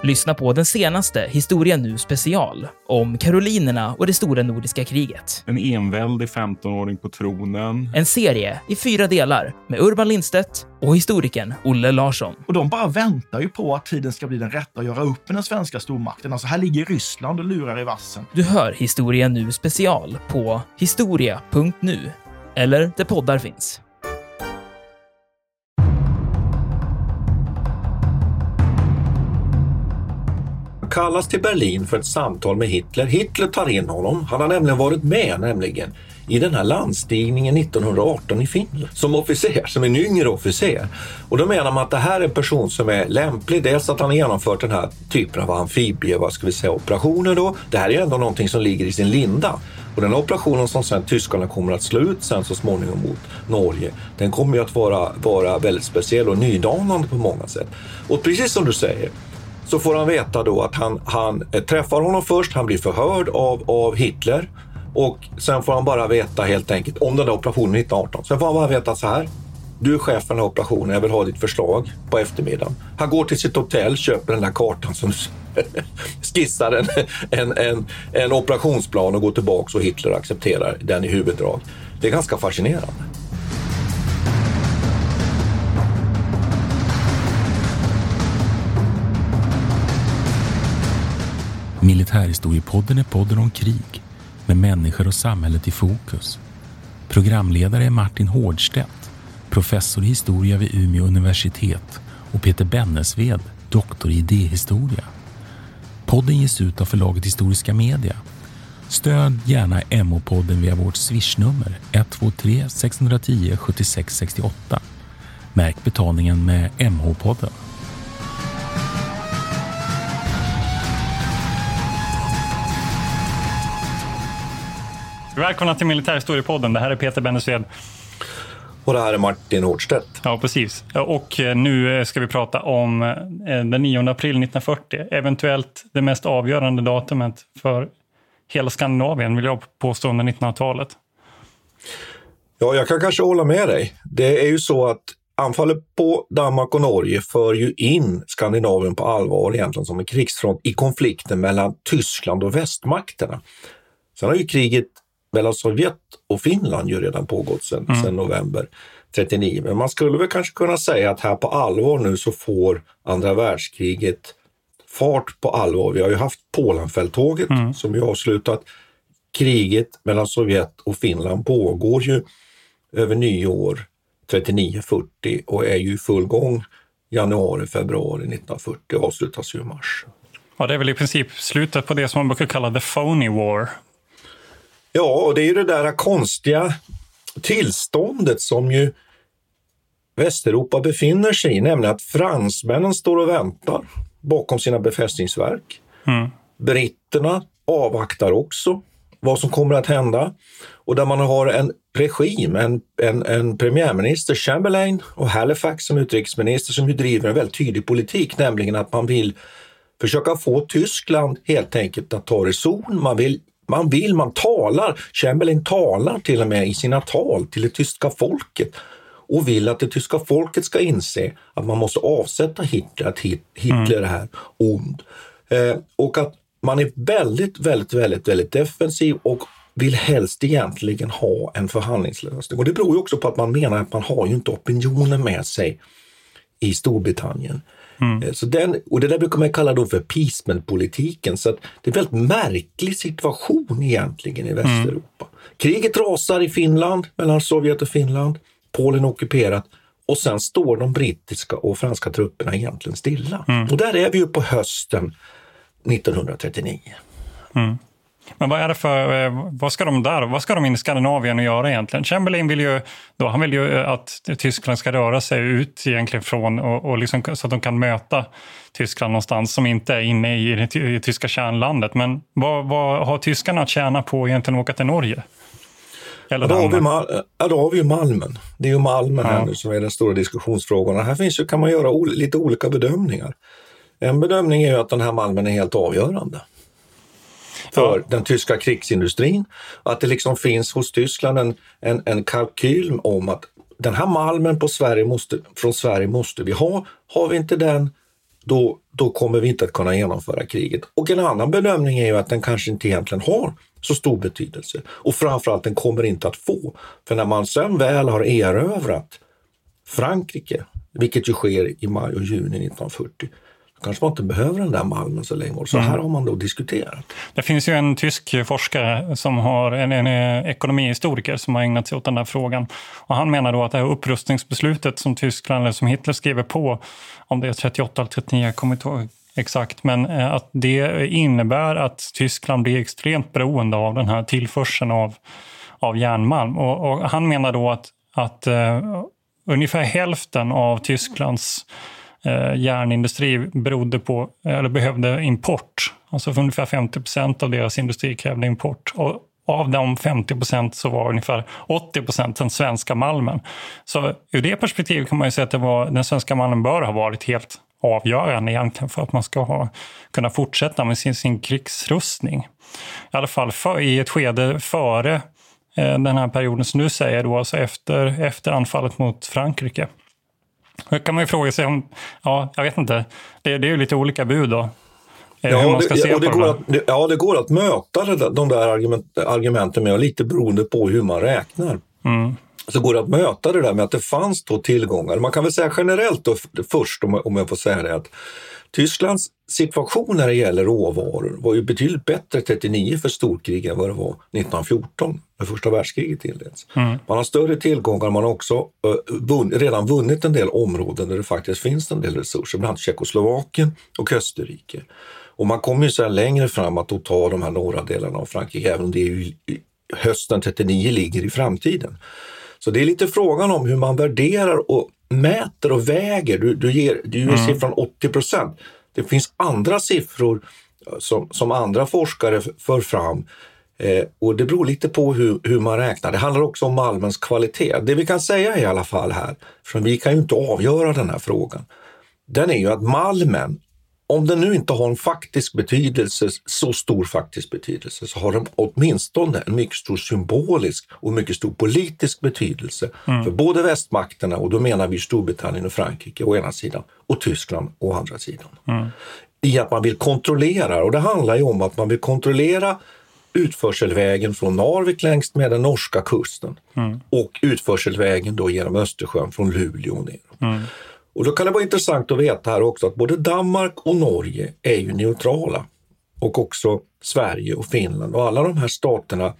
Lyssna på den senaste Historia Nu special om Karolinerna och det stora nordiska kriget. En enväldig 15-åring på tronen. En serie i 4 delar med Urban Lindstedt och historikern Olle Larsson. Och de bara väntar ju på att tiden ska bli den rätta att göra upp med den svenska stormakten. Alltså här ligger Ryssland och lurar i vassen. Du hör Historia Nu special på historia.nu eller där poddar finns. Kallas till Berlin för ett samtal med Hitler. Hitler tar in honom. Han har nämligen varit med i den här landstigningen 1918 i Finland som officer, som en yngre officer. Och då menar man att det här är en person som är lämplig. Dels att han har genomfört den här typen av operationer då. Det här är ändå någonting som ligger i sin linda. Och den operationen som sen tyskarna kommer att slå ut sen så småningom mot Norge, den kommer ju att vara väldigt speciell och nydanande på många sätt. Och precis som du säger, så får han veta då att han träffar honom först, han blir förhörd av Hitler och sen får han bara veta helt enkelt om den där operationen 1918. Sen får han bara veta så här: du är chef för den här operationen, jag vill ha ditt förslag på eftermiddagen. Han går till sitt hotell, köper den där kartan som skissar en operationsplan och går tillbaka och Hitler accepterar den i huvuddrag. Det är ganska fascinerande. Militärhistoriepodden är podden om krig med människor och samhället i fokus. Programledare är Martin Hårdstedt, professor i historia vid Umeå universitet, och Peter Bennesved, doktor i idéhistoria. Podden ges ut av förlaget Historiska Media. Stöd gärna MH-podden via vårt swishnummer 123 610 76 68. Märk betalningen med MH-podden. Välkomna till Militärhistoriepodden. Det här är Peter Bennesved. Och det här är Martin Hårdstedt. Ja, precis. Och nu ska vi prata om den 9 april 1940. Eventuellt det mest avgörande datumet för hela Skandinavien, vill jag påstå, under 1900-talet. Ja, jag kan kanske hålla med dig. Det är ju så att anfallet på Danmark och Norge för ju in Skandinavien på allvar egentligen som en krigsfront i konflikten mellan Tyskland och västmakterna. Sen har ju kriget mellan Sovjet och Finland ju redan pågått sedan november 39. Men man skulle väl kanske kunna säga att här på allvar nu så får andra världskriget fart på allvar. Vi har ju haft Polenfälttåget som ju avslutat. Kriget mellan Sovjet och Finland pågår ju över nyår 39-40 och är ju i full gång januari-februari 1940 och avslutas ju i mars. Ja, det är väl i princip slutet på det som man brukar kalla the phony war. Ja, och det är ju det där konstiga tillståndet som ju Västeuropa befinner sig i, nämligen att fransmännen står och väntar bakom sina befästningsverk. Britterna avvaktar också vad som kommer att hända. Och där man har en regim, en premiärminister, Chamberlain, och Halifax som utrikesminister, som ju driver en väldigt tydlig politik, nämligen att man vill försöka få Tyskland helt enkelt att ta reson. Chamberlain talar till och med i sina tal till det tyska folket och vill att det tyska folket ska inse att man måste avsätta Hitler, att Hitler är här ond. Och att man är väldigt, väldigt, väldigt, väldigt defensiv och vill helst egentligen ha en förhandlingslösning. Och det beror ju också på att man menar att man har ju inte opinionen med sig i Storbritannien. Så och det där brukar man kalla då för appeasement-politiken. Så att det är en väldigt märklig situation egentligen i Västeuropa. Kriget rasar i Finland, mellan Sovjet och Finland. Polen är ockuperat. Och sen står de brittiska och franska trupperna egentligen stilla. Och där är vi ju på hösten 1939. Men vad är det för, vad ska de in i Skandinavien och göra egentligen? Chamberlain vill ju att Tyskland ska röra sig ut egentligen från och liksom, så att de kan möta Tyskland någonstans som inte är inne i det tyska kärnlandet. Men vad har tyskarna att tjäna på egentligen att åka till Norge? Eller då har vi ju Malmen. Det är ju Malmen här nu som är den stora diskussionsfrågan. Här finns ju, kan man göra lite olika bedömningar. En bedömning är ju att den här Malmen är helt avgörande för den tyska krigsindustrin. Att det liksom finns hos Tyskland en kalkyl om att den här malmen från Sverige måste vi ha. Har vi inte den då kommer vi inte att kunna genomföra kriget. Och en annan bedömning är ju att den kanske inte egentligen har så stor betydelse. Och framförallt den kommer inte att få. För när man sen väl har erövrat Frankrike, vilket ju sker i maj och juni 1940, kanske man inte behöver den där malmen så länge. Så här har man då diskuterat. Det finns ju en tysk forskare som har en ekonomihistoriker som har ägnat sig åt den där frågan. Och han menar då att det här upprustningsbeslutet som Tyskland eller som Hitler skriver på, om det är 38 eller 39, jag kommer inte ihåg exakt, men att det innebär att Tyskland blir extremt beroende av den här tillförseln av järnmalm. Och han menar då att ungefär hälften av Tysklands järnindustri behövde import. Alltså för ungefär 50% av deras industri krävde import. Och av de 50% så var ungefär 80% den svenska malmen. Så ur det perspektivet kan man ju säga att den svenska malmen bör ha varit helt avgörande egentligen för att man ska kunna fortsätta med sin krigsrustning. I alla fall i ett skede före den här perioden som du säger då, alltså efter anfallet mot Frankrike. Då kan man ju fråga sig om, jag vet inte, det är ju lite olika bud då. Hur man ska se på det. Det går att möta de där argumenten med, lite beroende på hur man räknar. Så går det att möta det där med att det fanns då tillgångar. Man kan väl säga generellt då, först, om jag får säga det, att Tysklands situation när det gäller råvaror var ju betydligt bättre 39 för storkrig än vad det var 1914 när första världskriget inleds. Man har större tillgångar, man har också redan vunnit en del områden där det faktiskt finns en del resurser, bland annat Tjeckoslovakien och Österrike. Och man kommer ju sedan längre fram att ta de här norra delarna av Frankrike, även om det är ju hösten 39 ligger i framtiden. Så det är lite frågan om hur man värderar och mäter och väger. Du ger siffran 80%. Det finns andra siffror som andra forskare för fram. Och det beror lite på hur man räknar. Det handlar också om malmens kvalitet. Det vi kan säga i alla fall här, för vi kan ju inte avgöra den här frågan, den är ju att malmen, om den nu inte har en faktisk betydelse, så stor faktisk betydelse, så har den åtminstone en mycket stor symbolisk och mycket stor politisk betydelse för både västmakterna, och då menar vi Storbritannien och Frankrike å ena sidan och Tyskland å andra sidan. I att man vill kontrollera, och det handlar ju om att man vill kontrollera utförselvägen från Narvik längs med den norska kusten och utförselvägen då genom Östersjön från Luleå ner. Och då kan det vara intressant att veta här också att både Danmark och Norge är ju neutrala. Och också Sverige och Finland. Och alla de här staterna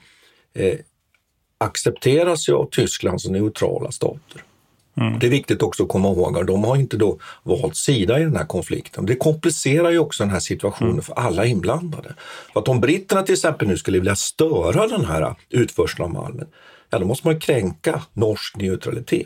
accepteras ju av Tyskland som neutrala stater. Det är viktigt också att komma ihåg att de har inte då valt sida i den här konflikten. Det komplicerar ju också den här situationen för alla inblandade. För att om britterna till exempel nu skulle vilja störa den här utförseln av malmen, då måste man kränka norsk neutralitet.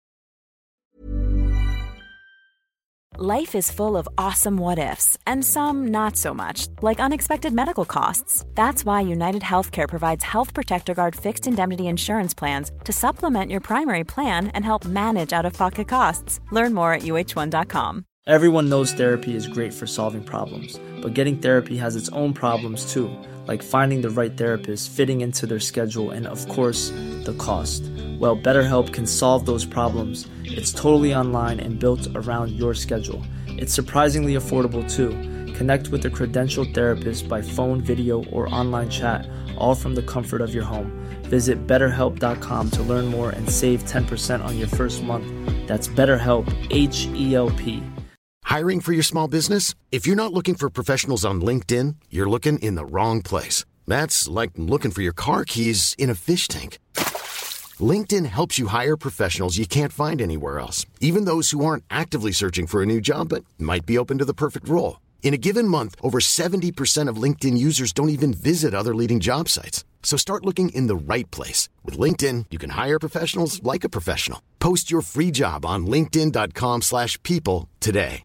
Life is full of awesome what-ifs, and some not so much, like unexpected medical costs. That's why United Healthcare provides Health Protector Guard fixed indemnity insurance plans to supplement your primary plan and help manage out-of-pocket costs. Learn more at uh1.com. Everyone knows therapy is great for solving problems, but getting therapy has its own problems too, like finding the right therapist, fitting into their schedule, and of course, the cost. Well, BetterHelp can solve those problems. It's totally online and built around your schedule. It's surprisingly affordable too. Connect with a credentialed therapist by phone, video, or online chat, all from the comfort of your home. Visit BetterHelp.com to learn more and save 10% on your first month. That's BetterHelp, H-E-L-P. Hiring for your small business? If you're not looking for professionals on LinkedIn, you're looking in the wrong place. That's like looking for your car keys in a fish tank. LinkedIn helps you hire professionals you can't find anywhere else, even those who aren't actively searching for a new job but might be open to the perfect role. In a given month, over 70% of LinkedIn users don't even visit other leading job sites. So start looking in the right place. With LinkedIn, you can hire professionals like a professional. Post your free job on linkedin.com/people today.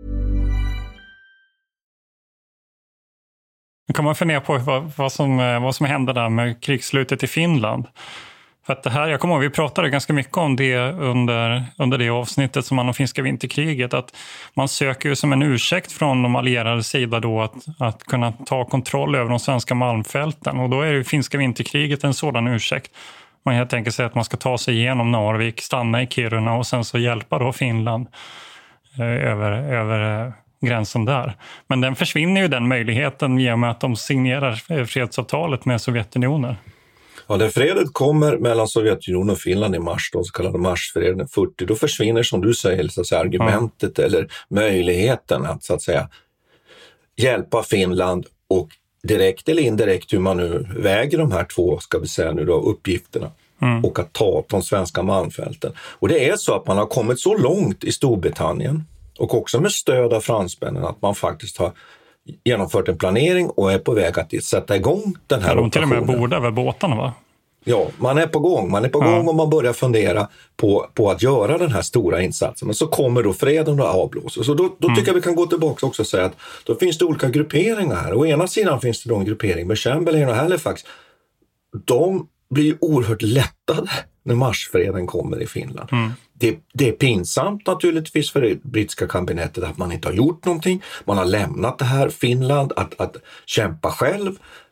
Nu kan man fundera på vad som hände där med krigsslutet i Finland. För att det här, jag kommer ihåg, vi pratade ganska mycket om det under det avsnittet som man om finska vinterkriget, att man söker ju som en ursäkt från de allierade sida då att kunna ta kontroll över de svenska malmfälten, och då är ju finska vinterkriget en sådan ursäkt. Man helt enkelt säger att man ska ta sig igenom Narvik, stanna i Kiruna och sen så hjälpa då Finland över gränsen där. Men den försvinner ju den möjligheten i och med att de signerar fredsavtalet med Sovjetunionen. Ja, när fredet kommer mellan Sovjetunionen och Finland i mars, då så kallade marsfreden 40, då försvinner som du säger så att säga, argumentet eller möjligheten att så att säga hjälpa Finland och direkt eller indirekt hur man nu väger de här två, ska vi säga nu då, uppgifterna och att ta de svenska malmfälten. Och det är så att man har kommit så långt i Storbritannien och också med stöd av fransmännen att man faktiskt har genomfört en planering och är på väg att sätta igång den här operationen. De till och med borde över båtarna, va? Ja, man är på gång och man börjar fundera på att göra den här stora insatsen. Men så kommer då freden och avblåses. Så då tycker jag vi kan gå tillbaka också och säga att då finns det olika grupperingar här. Å ena sidan finns det då en gruppering med Chamberlain och Halifax. De blir oerhört lättade när marsfreden kommer i Finland. Det är pinsamt naturligtvis för det brittiska kabinettet att man inte har gjort någonting. Man har lämnat det här Finland att kämpa själv.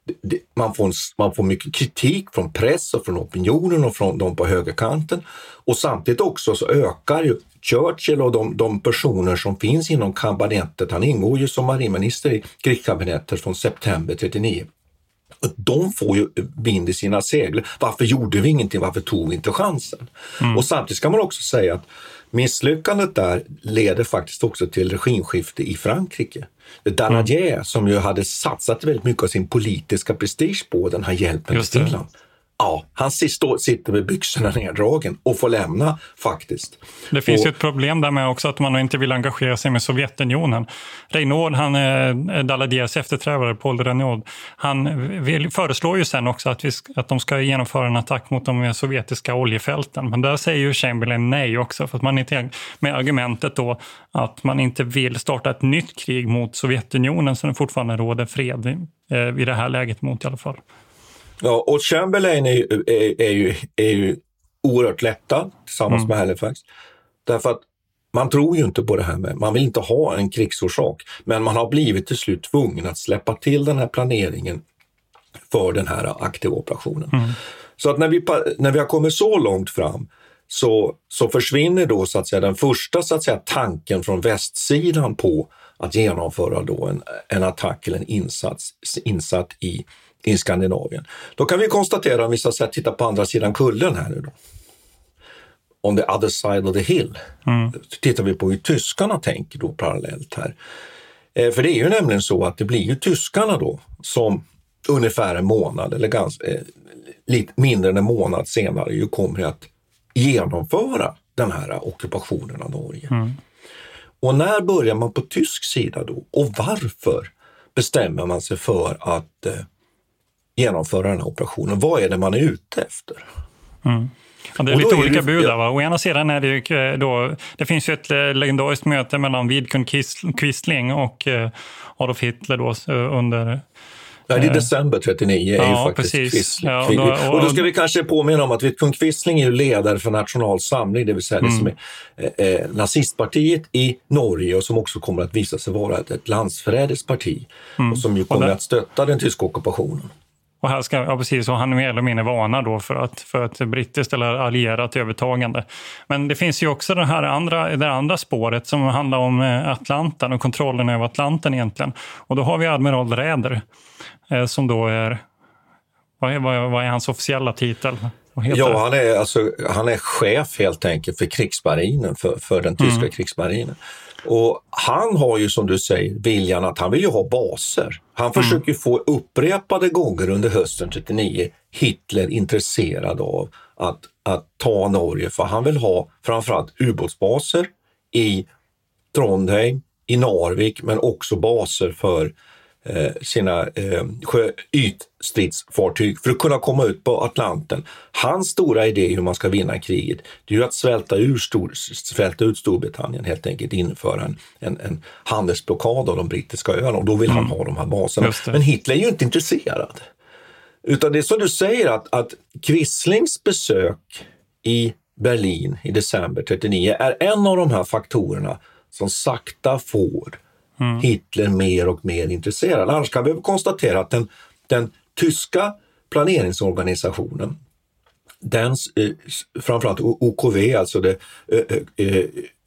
Man får mycket kritik från press och från opinionen och från de på högerkanten. Och samtidigt också så ökar ju Churchill och de personer som finns inom kabinettet. Han ingår ju som marinminister i krigskabinettet från september 39. De får ju vind i sina segel. Varför gjorde vi ingenting? Varför tog vi inte chansen? Och samtidigt ska man också säga att misslyckandet där leder faktiskt också till regimskifte i Frankrike. Daladier som ju hade satsat väldigt mycket av sin politiska prestige på den här hjälpen till Finland. Ja, han sitter med byxorna neddragen och får lämna faktiskt. Det finns ju ett problem där med också att man inte vill engagera sig med Sovjetunionen. Reynaud, han är Daladiers efterträdare, Paul Reynaud. Han föreslår ju sen också att de ska genomföra en attack mot de sovjetiska oljefälten. Men där säger ju Chamberlain nej också, för att man inte, med argumentet då att man inte vill starta ett nytt krig mot Sovjetunionen som det fortfarande råder fred i det här läget mot i alla fall. Ja, och Chamberlain är ju oerhört lättad tillsammans med Halifax. Därför att man tror ju inte på det här med, man vill inte ha en krigsorsak. Men man har blivit till slut tvungen att släppa till den här planeringen för den här aktiva operationen. Så att när vi har kommit så långt fram så försvinner då så att säga den första så att säga tanken från västsidan på att genomföra då en attack eller en insatt i Skandinavien. Då kan vi konstatera, om vi så att säga tittar på andra sidan kullen här nu då. On the other side of the hill. Så tittar vi på hur tyskarna tänker då parallellt här. För det är ju nämligen så att det blir ju tyskarna då som ungefär en månad eller lite mindre än en månad senare ju kommer att genomföra den här ockupationen av Norge. Och när börjar man på tysk sida då? Och varför bestämmer man sig för att genomföra den här operationen? Vad är det man är ute efter? Ja, det är lite olika bud där, va? Å ena sidan är det ju då, det finns ju ett legendariskt möte mellan Vidkun Quisling och Adolf Hitler då under... Ja, det är december 39 är ju faktiskt Quisling. Ja, och då ska vi kanske påminna om att Vidkun Quisling är ju ledare för National Samling, det vill säga det som är nazistpartiet i Norge och som också kommer att visa sig vara ett landsförrädiskt parti och som ju kommer att stötta den tyska ockupationen. Och här ska, precis, och han är mer eller mindre varnar då för ett brittiskt eller allierat övertagande. Men det finns ju också det andra spåret som handlar om Atlanten och kontrollen över Atlanten egentligen. Och då har vi admiral Räder som då är, vad är hans officiella titel? Ja, han är chef helt enkelt för krigsmarinen, för den tyska krigsmarinen. Och han har ju som du säger viljan att han vill ju ha baser. Han försöker få upprepade gånger under hösten 39 Hitler intresserad av att ta Norge, för han vill ha framförallt ubåtsbaser i Trondheim, i Narvik, men också baser för sina ytstridsfartyg för att kunna komma ut på Atlanten. Hans stora idé hur man ska vinna kriget, det är ju att svälta ut Storbritannien, helt enkelt införa en handelsblockad av de brittiska öarna, och då vill han ha de här baserna. Men Hitler är ju inte intresserad. Utan det är som du säger att Quislings besök i Berlin i december 39 är en av de här faktorerna som sakta får Hitler mer och mer intresserad. Annars kan vi konstatera att den tyska planeringsorganisationen, framförallt OKW, alltså det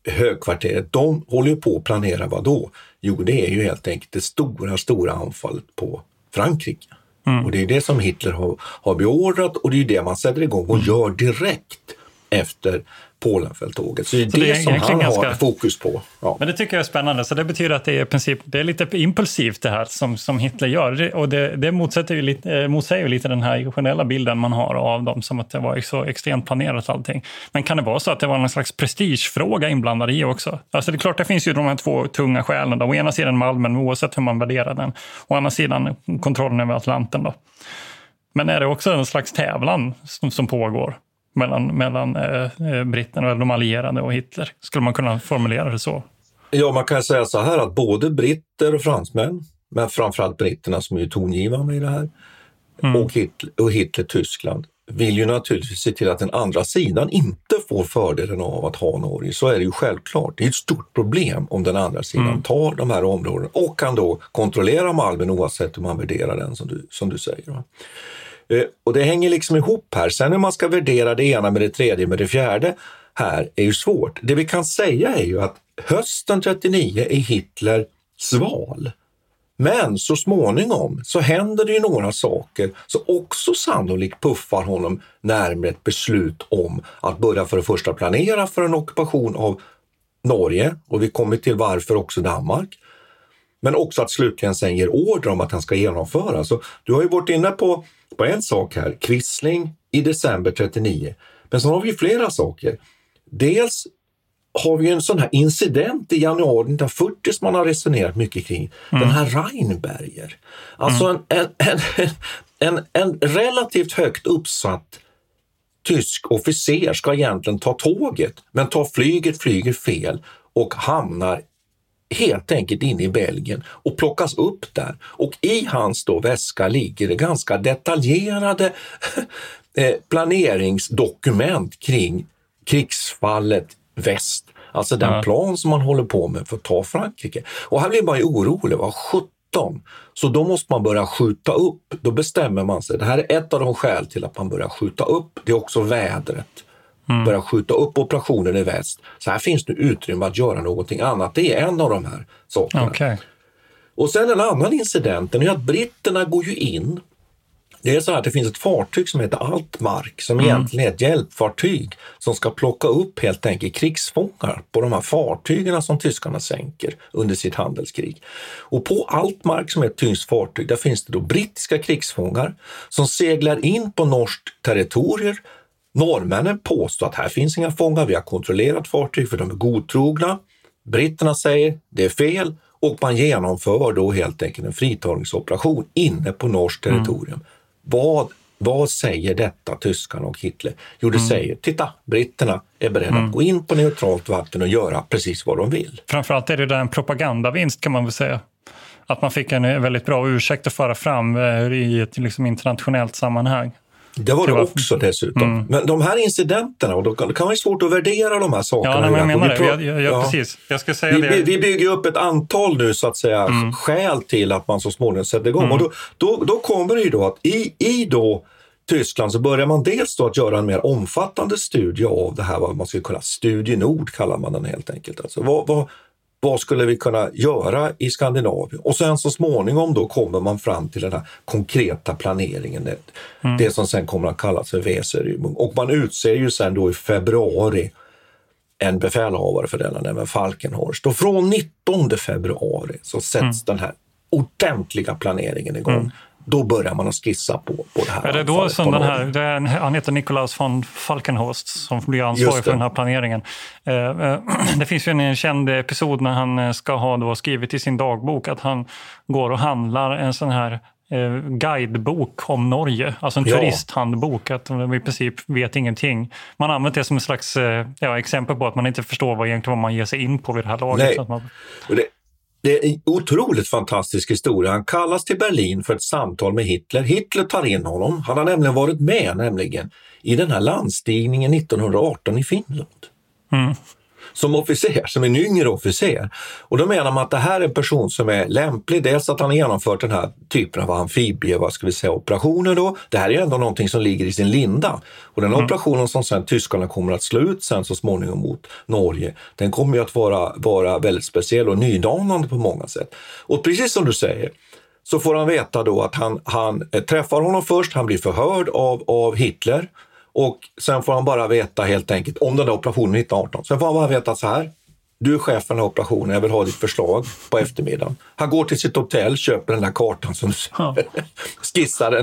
högkvarteret, de håller ju på att planera vad då? Jo, det är ju helt enkelt det stora anfallet på Frankrike. Och det är det som Hitler har beordrat, och det är ju det man sätter igång och gör direkt efter Polenfälttåget. Så det är som han har fokus på. Ja. Men det tycker jag är spännande. Så det betyder att det är i princip, det är lite impulsivt det här som Hitler gör. Och det motsäger ju lite den här generella bilden man har av dem, som att det var så extremt planerat allting. Men kan det vara så att det var någon slags prestigefråga inblandad i också? Alltså det är klart, det finns ju de här två tunga skälen. Å ena sidan Malmen, oavsett hur man värderar den. Å andra sidan kontrollen över Atlanten då. Men är det också en slags tävlan som pågår mellan britterna eller de allierade och Hitler? Skulle man kunna formulera det så? Ja, man kan säga så här att både britter och fransmän, men framförallt britterna som är tongivande i det här, och Hitler Tyskland, vill ju naturligtvis se till att den andra sidan inte får fördelen av att ha Norge. Så är det ju självklart. Det är ett stort problem om den andra sidan tar de här områdena och kan då kontrollera Malmen oavsett hur man värderar den, som du säger. Och det hänger liksom ihop här. Sen när man ska värdera det ena med det tredje med det fjärde här är ju svårt. Det vi kan säga är ju att hösten 39 är Hitler sval. Men så småningom så händer det ju några saker som också sannolikt puffar honom närmare ett beslut om att börja för det första planera för en ockupation av Norge, och vi kommer till varför också Danmark. Men också att slutligen sen ger order om att han ska genomföra. Så du har ju varit inne på en sak här, Quisling i december 39. Men så har vi flera saker. Dels har vi en sån här incident i januari 1940 som man har resonerat mycket kring. Den här Rheinberger. Alltså en relativt högt uppsatt tysk officer ska egentligen ta tåget, men flyger fel och hamnar helt enkelt in i Belgien och plockas upp där. Och i hans då väska ligger det ganska detaljerade planeringsdokument kring krigsfallet väst. Alltså den plan som man håller på med för att ta Frankrike. Och här blir man ju orolig, var 17. Så då måste man börja skjuta upp. Då bestämmer man sig. Det här är ett av de skäl till att man börjar skjuta upp. Det är också vädret. Börja skjuta upp operationen i väst. Så här finns det utrymme att göra någonting annat. Det är en av de här sakerna. Okay. Och sen en annan incident är att britterna går ju in. Det är så här att det finns ett fartyg som heter Altmark som egentligen är ett hjälpfartyg som ska plocka upp helt enkelt krigsfångar på de här fartygen som tyskarna sänker under sitt handelskrig. Och på Altmark, som är ett tyskt fartyg, där finns det då brittiska krigsfångar som seglar in på norskt territorier. Norrmännen påstår att här finns inga fångar, vi har kontrollerat fartyg för de är godtrogna. Britterna säger det är fel, och man genomför då helt enkelt en fritagningsoperation inne på norskt territorium. Vad säger detta tyskarna och Hitler? Jo, det säger, titta, britterna är beredda att gå in på neutralt vatten och göra precis vad de vill. Framförallt är det där en propagandavinst, kan man väl säga. Att man fick en väldigt bra ursäkt att föra fram i ett liksom internationellt sammanhang. Det var det också dessutom. Men de här incidenterna, och då kan det vara svårt att värdera de här sakerna. Ja, men jag menar det. Precis. Jag ska säga det. Vi bygger upp ett antal nu, så att säga, skäl till att man så småningom sätter igång. Och då kommer det ju då att i då Tyskland så börjar man dels då att göra en mer omfattande studie av det här, vad man skulle kunna, Studie Nord kallar man den helt enkelt. Alltså vad skulle vi kunna göra i Skandinavien? Och sen så småningom då kommer man fram till den här konkreta planeringen. Det som sen kommer att kallas för Weserübung. Och man utser ju sen då i februari en befälhavare för denna, nämligen Falkenhorst. Och från 19 februari så sätts den här ordentliga planeringen igång. Då börjar man att skissa på det här. Är det då som den här, han heter Nikolaus von Falkenhorst som blir ansvarig för den här planeringen. Det finns ju en känd episod när han ska ha då skrivit i sin dagbok att han går och handlar en sån här guidebok om Norge, alltså en turisthandbok, att de i princip vet ingenting. Man använder det som en slags exempel på att man inte förstår vad man ger sig in på vid det här laget. Nej. Så att man... Det är en otroligt fantastisk historia. Han kallas till Berlin för ett samtal med Hitler. Hitler tar in honom. Han har nämligen varit med i den här landstigningen 1918 i Finland. som officer, som en yngre officer. Och då menar man att det här är en person som är lämplig, dels att han har genomfört den här typen av operationer då. Det här är ändå någonting som ligger i sin linda. Och den operationen som sen tyskarna kommer att slå ut sen så småningom mot Norge, den kommer ju att vara väldigt speciell och nydanande på många sätt. Och precis som du säger, så får han veta då att han träffar honom först, han blir förhörd av Hitler. Och sen får han bara veta helt enkelt om den där operationen 1918. Sen får han bara veta så här: du är chef för den här operationen, jag vill ha ditt förslag på eftermiddagen. Han går till sitt hotell, köper den där kartan som skissar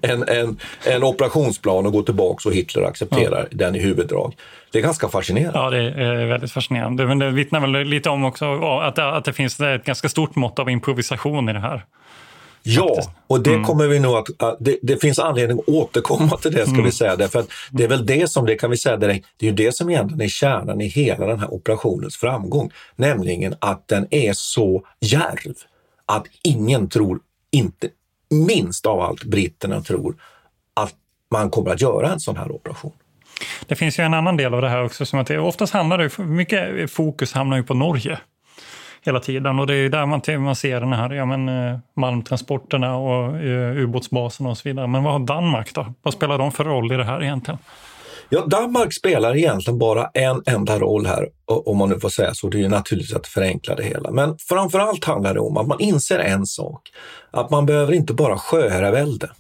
en operationsplan och går tillbaka och Hitler accepterar den i huvuddrag. Det är ganska fascinerande. Ja, det är väldigt fascinerande. Men det vittnar väl lite om också att det finns ett ganska stort mått av improvisation i det här. Ja, och det kommer vi nog att det finns anledning att återkomma till det, ska vi säga. Därför att det är väl det som, det kan vi säga direkt, det är ju det som egentligen är kärnan i hela den här operationens framgång. Nämligen att den är så djärv att ingen tror, inte minst av allt britterna tror, att man kommer att göra en sån här operation. Det finns ju en annan del av det här också, som att det oftast handlar det, mycket fokus hamnar ju på Norge hela tiden, och det är ju där man ser den här malmtransporterna och ubåtsbaserna och så vidare. Men vad har Danmark då? Vad spelar de för roll i det här egentligen? Ja, Danmark spelar egentligen bara en enda roll här, om man nu får säga så. Det är ju naturligtvis att förenkla det hela. Men framförallt handlar det om att man inser en sak. Att man behöver inte bara sjöherravälde.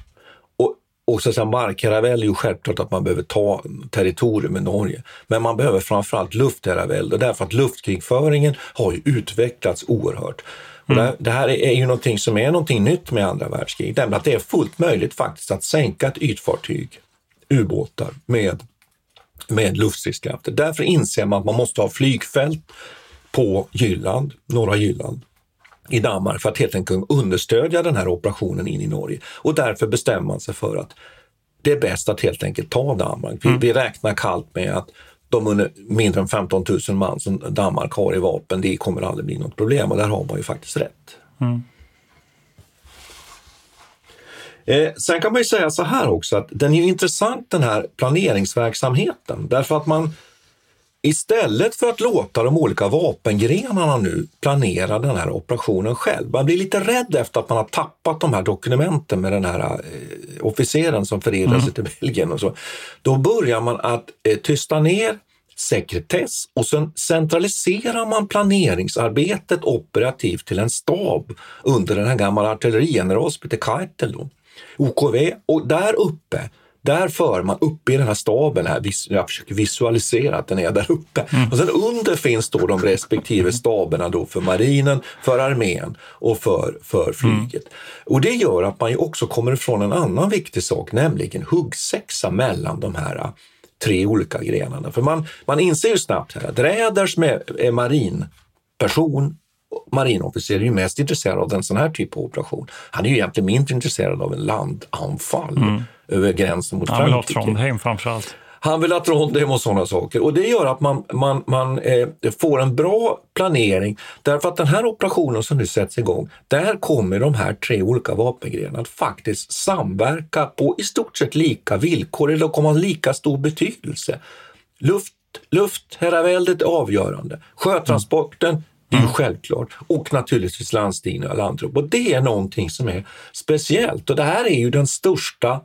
Och så sen markherravälde är ju självklart att man behöver ta territorium i Norge. Men man behöver framförallt luftherravälde, därför att luftkrigföringen har ju utvecklats oerhört. Och det här är ju någonting som är någonting nytt med andra världskrig. Nämligen att det är fullt möjligt faktiskt att sänka ett ytfartyg, ubåtar, med luftstridskrafter. Därför inser man att man måste ha flygfält på Jylland, norra Jylland, i Danmark, för att helt enkelt understödja den här operationen in i Norge. Och därför bestämmer man sig för att det är bäst att helt enkelt ta Danmark. Vi räknar kallt med att de mindre än 15 000 man som Danmark har i vapen, det kommer aldrig bli något problem, och där har man ju faktiskt rätt. Sen kan man ju säga så här också, att den är ju intressant, den här planeringsverksamheten, därför att man istället för att låta de olika vapengrenarna nu planera den här operationen själv. Man blir lite rädd efter att man har tappat de här dokumenten med den här officeren som förirrade sig till Belgien och så. Då börjar man att tysta ner sekretess, och sen centraliserar man planeringsarbetet operativt till en stab under den här gamla artillerigeneral Peter Keitel då, OKV, och där för man uppe i den här staben här, jag försöker visualisera att den är där uppe. Och sen under finns då de respektive staberna då för marinen, för armén och för flyget. Och det gör att man ju också kommer ifrån en annan viktig sak, nämligen huggsexa mellan de här tre olika grenarna. För man inser ju snabbt här att Räders är marinperson, marinofficer är ju mest intresserad av en sån här typ av operation. Han är ju egentligen mindre intresserad av en landanfall över gränsen mot Frankrike. Han vill ha Trondheim framförallt. Han vill ha Trondheim och sådana saker. Och det gör att man får en bra planering. Därför att den här operationen som nu sätts igång, där kommer de här tre olika vapengrenarna att faktiskt samverka på i stort sett lika villkor. Eller kommer ha lika stor betydelse. Luftherraväldet är avgörande. Sjötransporten är ju självklart. Och naturligtvis landstigning och landtrupp. Och det är någonting som är speciellt. Och det här är ju den största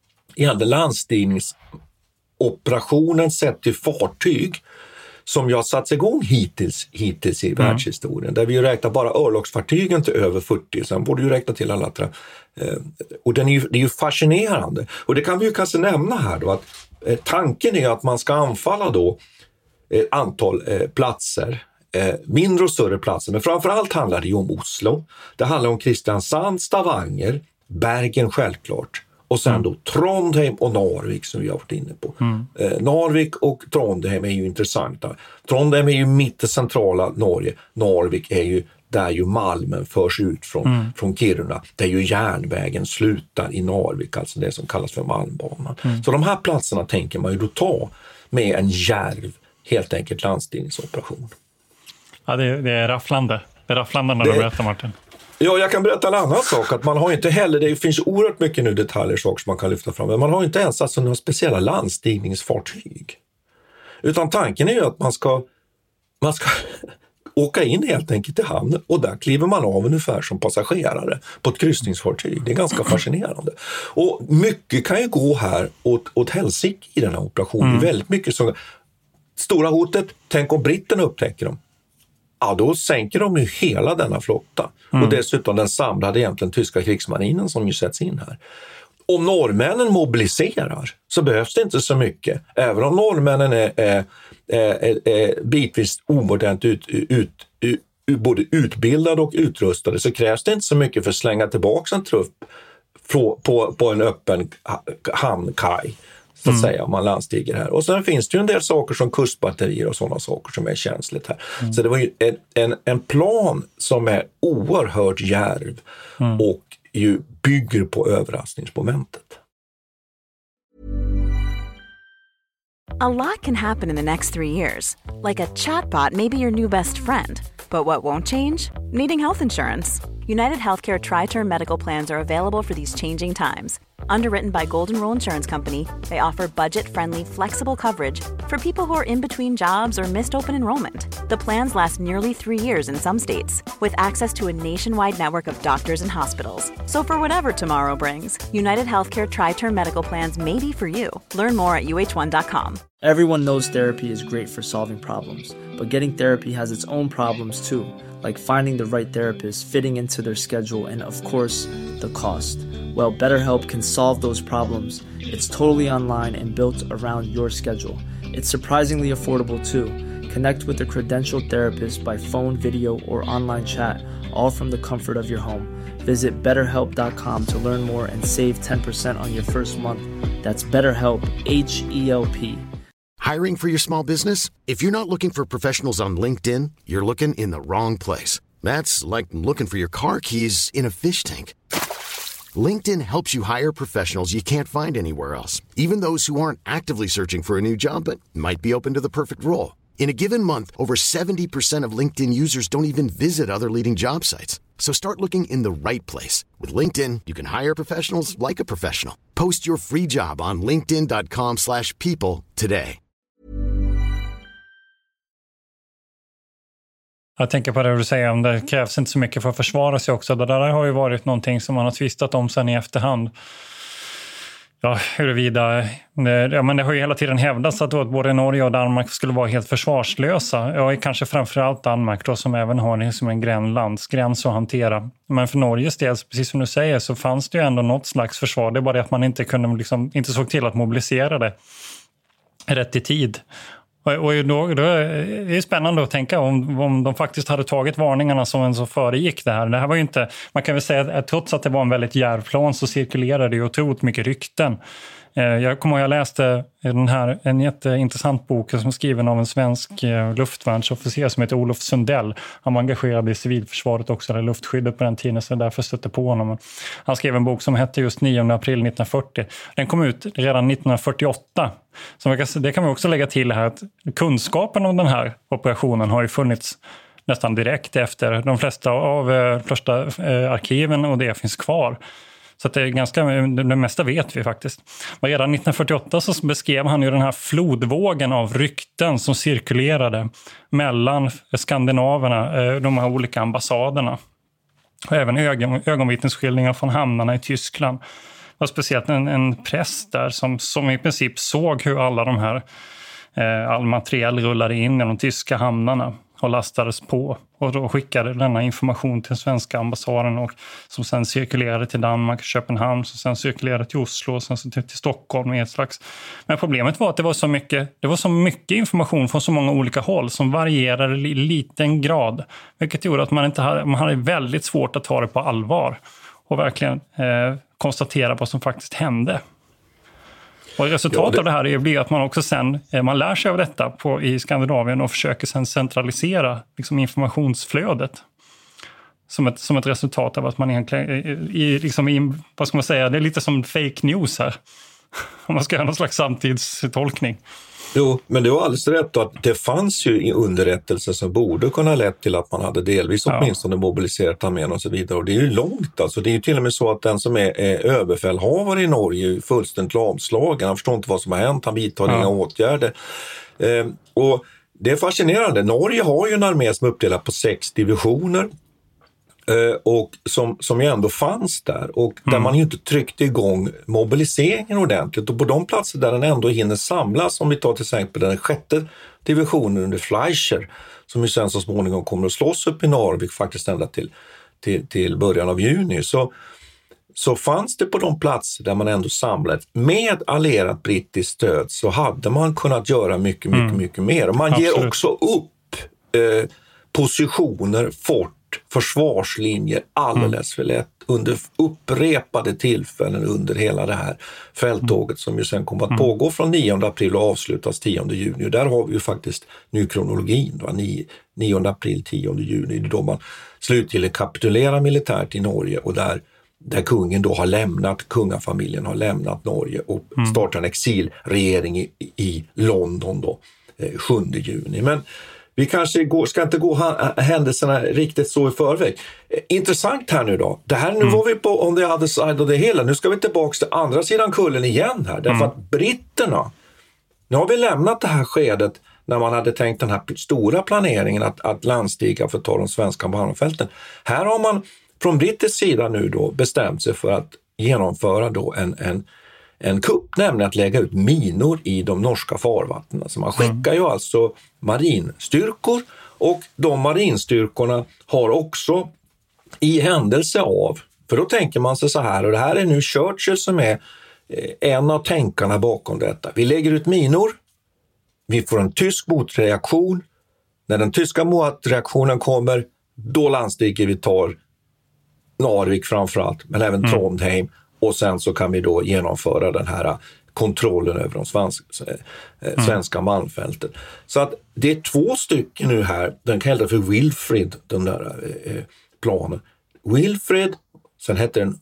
landstigningsoperationen sett till fartyg som jag satt igång hittills i världshistorien. Där vi ju räknar bara örlogsfartygen till över 40. Sen borde ju räkna till alla andra. Och det är ju fascinerande. Och det kan vi ju kanske nämna här då, att tanken är att man ska anfalla då ett antal platser. Mindre och större platser, men framförallt handlar det ju om Oslo. Det handlar om Kristiansand, Stavanger, Bergen självklart. Och sen då Trondheim och Narvik som vi har varit inne på. Narvik och Trondheim är ju intressanta. Trondheim är ju mitt i centrala Norge. Narvik är ju där ju malmen förs ut från Kiruna. Där ju järnvägen slutar i Narvik, alltså det som kallas för Malmbanan. Så de här platserna tänker man ju då ta med en djärv, helt enkelt landstigningsoperation. Ja, det är rafflande. Det är rafflande när du berättar, Martin. Ja, jag kan berätta en annan sak. Att man har inte heller, det finns oerhört mycket nu detaljer saker som man kan lyfta fram. Men man har inte ens alltså några speciella landstigningsfartyg. Utan tanken är ju att man ska Man ska åka in helt enkelt i hamnen och där kliver man av ungefär som passagerare på ett kryssningsfartyg. Det är ganska fascinerande. Och mycket kan ju gå här åt helsike i den här operationen. Det är väldigt mycket som... Stora hotet, tänk om britterna upptäcker dem. Ja, då sänker de ju hela denna flotta. Och dessutom den samlade egentligen tyska krigsmarinen som ju sätts in här. Om norrmännen mobiliserar så behövs det inte så mycket. Även om norrmännen är bitvis omodernt både utbildade och utrustade så krävs det inte så mycket för att slänga tillbaka en trupp på en öppen hamnkaj. Så att säga, om man landstiger här. Och sen finns det ju en del saker som kustbatterier och sådana saker som är känsligt här. Så det var ju en plan som är oerhört djärv och ju bygger på överraskningsmomentet. A lot can happen in the next 3 years. Like a chatbot may be your new best friend. But what won't change? Needing health insurance. United Healthcare Tri-Term Medical Plans are available for these changing times. Underwritten by Golden Rule Insurance Company, they offer budget-friendly, flexible coverage for people who are in between jobs or missed open enrollment. The plans last nearly 3 years in some states, with access to a nationwide network of doctors and hospitals. So for whatever tomorrow brings, United Healthcare Tri-Term Medical Plans may be for you. Learn more at uh1.com. Everyone knows therapy is great for solving problems, but getting therapy has its own problems too, like finding the right therapist, fitting into their schedule, and of course, the cost. Well, BetterHelp can solve those problems. It's totally online and built around your schedule. It's surprisingly affordable too. Connect with a credentialed therapist by phone, video, or online chat, all from the comfort of your home. Visit BetterHelp.com to learn more and save 10% on your first month. That's BetterHelp, H-E-L-P. Hiring for your small business? If you're not looking for professionals on LinkedIn, you're looking in the wrong place. That's like looking for your car keys in a fish tank. LinkedIn helps you hire professionals you can't find anywhere else, even those who aren't actively searching for a new job but might be open to the perfect role. In a given month, over 70% of LinkedIn users don't even visit other leading job sites. So start looking in the right place. With LinkedIn, you can hire professionals like a professional. Post your free job on linkedin.com/people today. Jag tänker på det du säger om det krävs inte så mycket för att försvara sig också. Det där har ju varit någonting som man har tvistat om sen i efterhand. Ja, huruvida... Ja, men det har ju hela tiden hävdats att både Norge och Danmark skulle vara helt försvarslösa. Ja, kanske framförallt Danmark då, som även har liksom en landsgräns att hantera. Men för Norges del, precis som du säger, så fanns det ju ändå något slags försvar. Det är bara det att man inte kunde inte såg till att mobilisera det rätt i tid. Och då är det spännande att tänka om de faktiskt hade tagit varningarna som så föregick det här. Det här var ju inte, man kan väl säga att trots att det var en väldigt djärv plan så cirkulerade det ju otroligt mycket rykten. Jag kommer ihåg jag läste en jätteintressant bok som är skriven av en svensk luftvärnsofficer som heter Olof Sundell. Han var engagerad i civilförsvaret också, eller luftskyddet på den tiden, så därför stötte på honom. Han skrev en bok som hette just 9 april 1940. Den kom ut redan 1948. Så det kan vi också lägga till här att kunskapen om den här operationen har ju funnits nästan direkt efter de flesta arkiven, och det finns kvar. Så att det mesta vet vi faktiskt. Men redan 1948 så beskrev han ju den här flodvågen av rykten som cirkulerade mellan skandinaverna, de här olika ambassaderna. Och även ögonvittnesskildringar från hamnarna i Tyskland. Och speciellt en präst där som i princip såg hur alla de här all materiell rullade in i de tyska hamnarna och lastades på, och då skickade denna information till svenska ambassaden, och som sen cirkulerade till Danmark, Köpenhamn, som sen cirkulerade till Oslo och sen till Stockholm i ett slags. Men problemet var att det var så mycket information från så många olika håll som varierade i liten grad, vilket gjorde att man hade väldigt svårt att ta det på allvar och verkligen konstatera vad som faktiskt hände. Och resultatet av det här blir att man också sen man lär sig av detta i Skandinavien och försöker sen centralisera liksom informationsflödet som ett resultat av att man egentligen vad ska man säga, det är lite som fake news här om man ska göra någon slags samtidstolkning. Jo, men det var alldeles rätt att det fanns ju underrättelser som borde kunna lett till att man hade delvis åtminstone mobiliserat armén och så vidare. Och det är ju långt, alltså. Det är ju till och med så att den som är överfällhavare i Norge är fullständigt lamslagen. Han förstår inte vad som har hänt, han vidtar inga åtgärder. Och det är fascinerande. Norge har ju en armé som är uppdelad på 6 divisioner och som ju ändå fanns där och där man ju inte tryckte igång mobiliseringen ordentligt, och på de platser där den ändå hinner samlas, om vi tar till exempel den 6:e divisionen under Fleischer, som ju sen så småningom kommer att slåss upp i Narvik faktiskt ända till början av juni, så fanns det på de platser där man ändå samlat med allierat brittiskt stöd, så hade man kunnat göra mycket mer. Och man ger också upp positioner, fort, försvarslinjer alldeles för lätt under upprepade tillfällen under hela det här fälttåget som ju sen kommer att pågå från 9 april och avslutas 10 juni. Och där har vi ju faktiskt nu kronologin, 9 april, 10 juni, då man slutgiltigt kapitulerar militärt i Norge, och där kungen då har lämnat, kungafamiljen har lämnat Norge och startar en exilregering i London då 7 juni. Men vi kanske ska inte gå händelserna riktigt så i förväg. Intressant här nu då. Det här, nu var vi på on the other side of the hill. Nu ska vi tillbaka till andra sidan kullen igen här. Därför att britterna, nu har vi lämnat det här skedet när man hade tänkt den här stora planeringen att landstiga för att ta de svenska banorfälten. Här har man från brittisk sida nu då bestämt sig för att genomföra då en kupp, nämligen att lägga ut minor i de norska farvattnen. Så man skickar ju alltså marinstyrkor, och de marinstyrkorna har också i händelse av, för då tänker man sig så här, och det här är nu Churchill som är en av tänkarna bakom detta. Vi lägger ut minor, vi får en tysk motreaktion. När den tyska motreaktionen kommer, då landstiger vi, tar Narvik framförallt, men även Trondheim. Och sen så kan vi då genomföra den här kontrollen över de svenska malmfälten. Så att det är 2 stycken nu här, den kallas för Wilfrid, den där planen. Wilfrid, sen heter den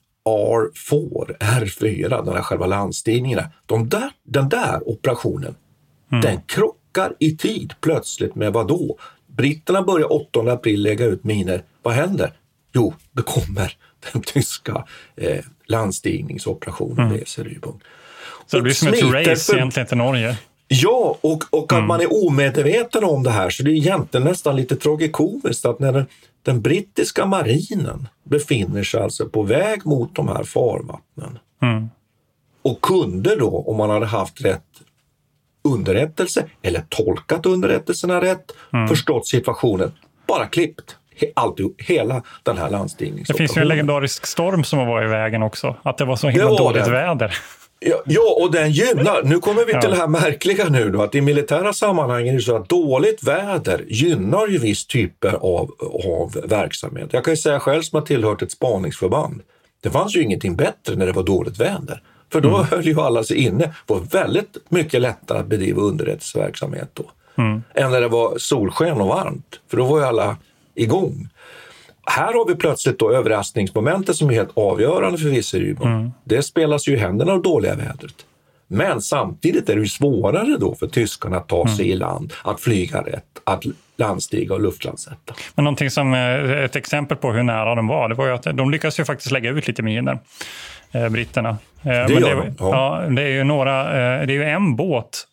R4, den där själva landstigningen. Den där operationen, den krockar i tid plötsligt med vad då? Britterna börjar 8 april lägga ut miner. Vad händer? Jo, det kommer den tyska landstigningsoperationen med Esarybung. Så det blir som ett race egentligen till Norge. Ja, och att man är omedveten om det här, så det är egentligen nästan lite tragikomiskt att när den brittiska marinen befinner sig alltså på väg mot de här farvattnen och kunde då, om man hade haft rätt underrättelse eller tolkat underrättelserna rätt, förstått situationen, bara klippt hela den här landstigningsoperationen. Det finns ju en legendarisk storm som var i vägen också, att det var så himla dåligt väder. Ja, och den gynnar. Nu kommer vi till det här märkliga nu då, att i militära sammanhang är det så att dåligt väder gynnar ju viss typer av verksamhet. Jag kan ju säga själv som har tillhört ett spaningsförband. Det fanns ju ingenting bättre när det var dåligt väder. För då höll ju alla sig inne. Det var väldigt mycket lättare att bedriva underrättelseverksamhet då. Än när det var solsken och varmt. För då var ju alla igång. Här har vi plötsligt då överraskningsmomentet som är helt avgörande för Esarybung. Det spelas ju i händerna av dåliga vädret. Men samtidigt är det ju svårare då för tyskarna att ta sig i land, att flyga rätt, att landstiga och luftlandsätta. Men någonting som ett exempel på hur nära de var, det var ju att de lyckades ju faktiskt lägga ut lite miner, britterna. Det är ju det är ju en båt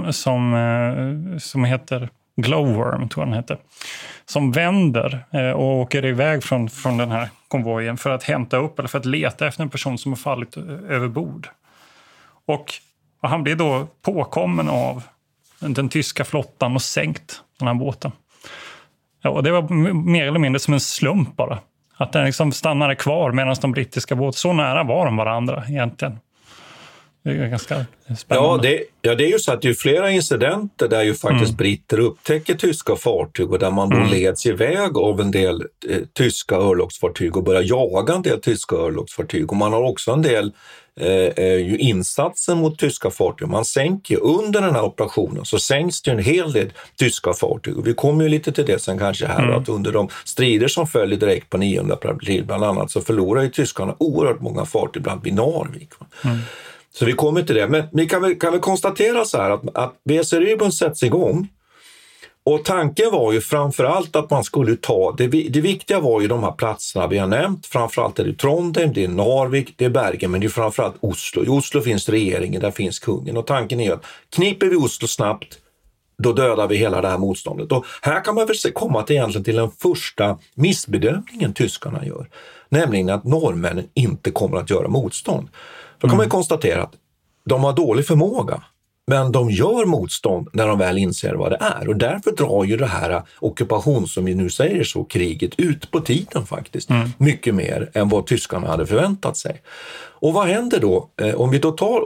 som heter Glowworm, tror jag den heter, som vänder och åker iväg från den här konvojen för att hämta upp eller för att leta efter en person som har fallit över bord. Och han blir då påkommen av den tyska flottan och sänkt den här båten. Ja, och det var mer eller mindre som en slump bara. Att den liksom stannade kvar medan de brittiska båtarna, så nära var de varandra egentligen. Det är ganska spännande. Ja, det är ju så att det är flera incidenter där ju faktiskt britter upptäcker tyska fartyg och där man då leds iväg av en del tyska örlogsfartyg och börjar jaga en del tyska örlogsfartyg. Och man har också en del ju insatsen mot tyska fartyg. Man sänker under den här operationen, så sänks det en hel del tyska fartyg. Och vi kommer ju lite till det sen kanske här, att under de strider som följer direkt på 9 april bland annat, så förlorar ju tyskarna oerhört många fartyg bland vid Narvik. Så vi kommer till det. Men vi kan väl konstatera så här att Esarybung sätts igång. Och tanken var ju framförallt att man skulle ta, det viktiga var ju de här platserna vi har nämnt. Framförallt är det Trondheim, det är Narvik, det är Bergen, men det är framförallt Oslo. I Oslo finns regeringen, där finns kungen. Och tanken är att kniper vi Oslo snabbt, då dödar vi hela det här motståndet. Och här kan man väl komma till den första missbedömningen tyskarna gör. Nämligen att norrmännen inte kommer att göra motstånd. Då kan man konstatera att de har dålig förmåga. Men de gör motstånd när de väl inser vad det är. Och därför drar ju det här ockupation, som vi nu säger så, kriget ut på tiden faktiskt. Mycket mer än vad tyskarna hade förväntat sig. Och vad händer då? Om vi då tar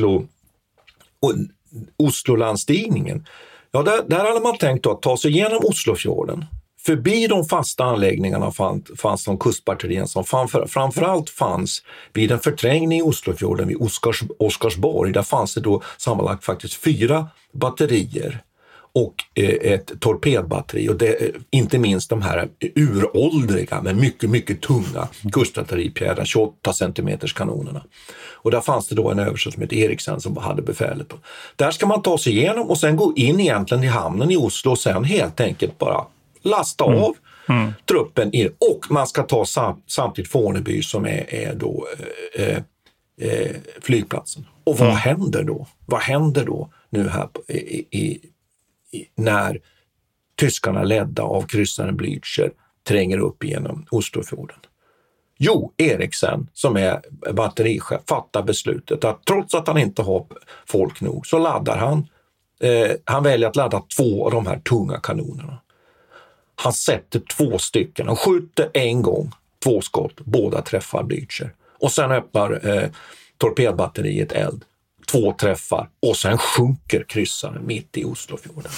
Oslo-landstigningen. Ja, där hade man tänkt att ta sig igenom Oslofjorden. Förbi de fasta anläggningarna fanns de kustbatterien som framförallt fanns vid en förträngning i Oslofjorden vid Oscarsborg. Där fanns det då sammanlagt faktiskt 4 batterier och ett torpedbatteri. Och inte minst de här uråldriga men mycket, mycket tunga kustartilleripjädrar, 28 centimeters kanonerna. Och där fanns det då en överste som heter Eriksen som hade befälet. Där ska man ta sig igenom och sen gå in egentligen i hamnen i Oslo och sen helt enkelt bara lasta av truppen in. Och man ska ta samtidigt Fornebu som är då flygplatsen. Och vad händer då? Vad händer då nu här när tyskarna ledda av kryssaren Blücher tränger upp genom Oslofjorden? Jo, Eriksen som är batterichef fattar beslutet att trots att han inte har folk nog så laddar han väljer att ladda 2 av de här tunga kanonerna. Han sätter 2 stycken och skjuter en gång 2 skott, båda träffar Blücher. Och sen öppnar torpedbatteriet eld, 2 träffar och sen sjunker kryssaren mitt i Oslofjorden.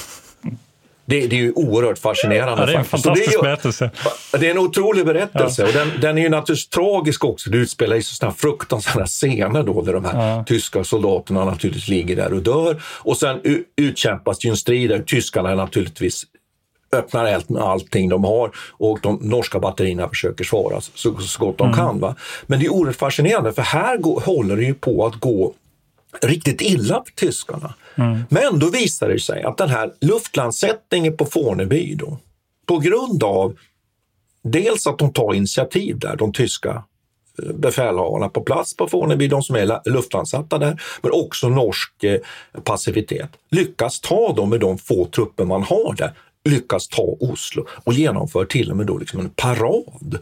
Det är ju oerhört fascinerande. Ja, det är en fantastisk berättelse. Det är en otrolig berättelse och den är ju naturligtvis tragisk också. Det utspelar ju sådana fruktansvärda scener då där de här tyska soldaterna naturligtvis ligger där och dör. Och sen utkämpas ju en strid där tyskarna naturligtvis öppnar eld med allting de har och de norska batterierna försöker svara så gott de kan. Va? Men det är oerhört fascinerande för här håller det ju på att gå riktigt illa för tyskarna. Men då visar det sig att den här luftlandsättningen på Fornebu då, på grund av dels att de tar initiativ där, de tyska befälhavarna på plats på Fornebu, de som är luftlandsatta där, men också norsk passivitet, lyckas ta dem med de få trupper man har där, lyckas ta Oslo och genomför till och med då liksom en parad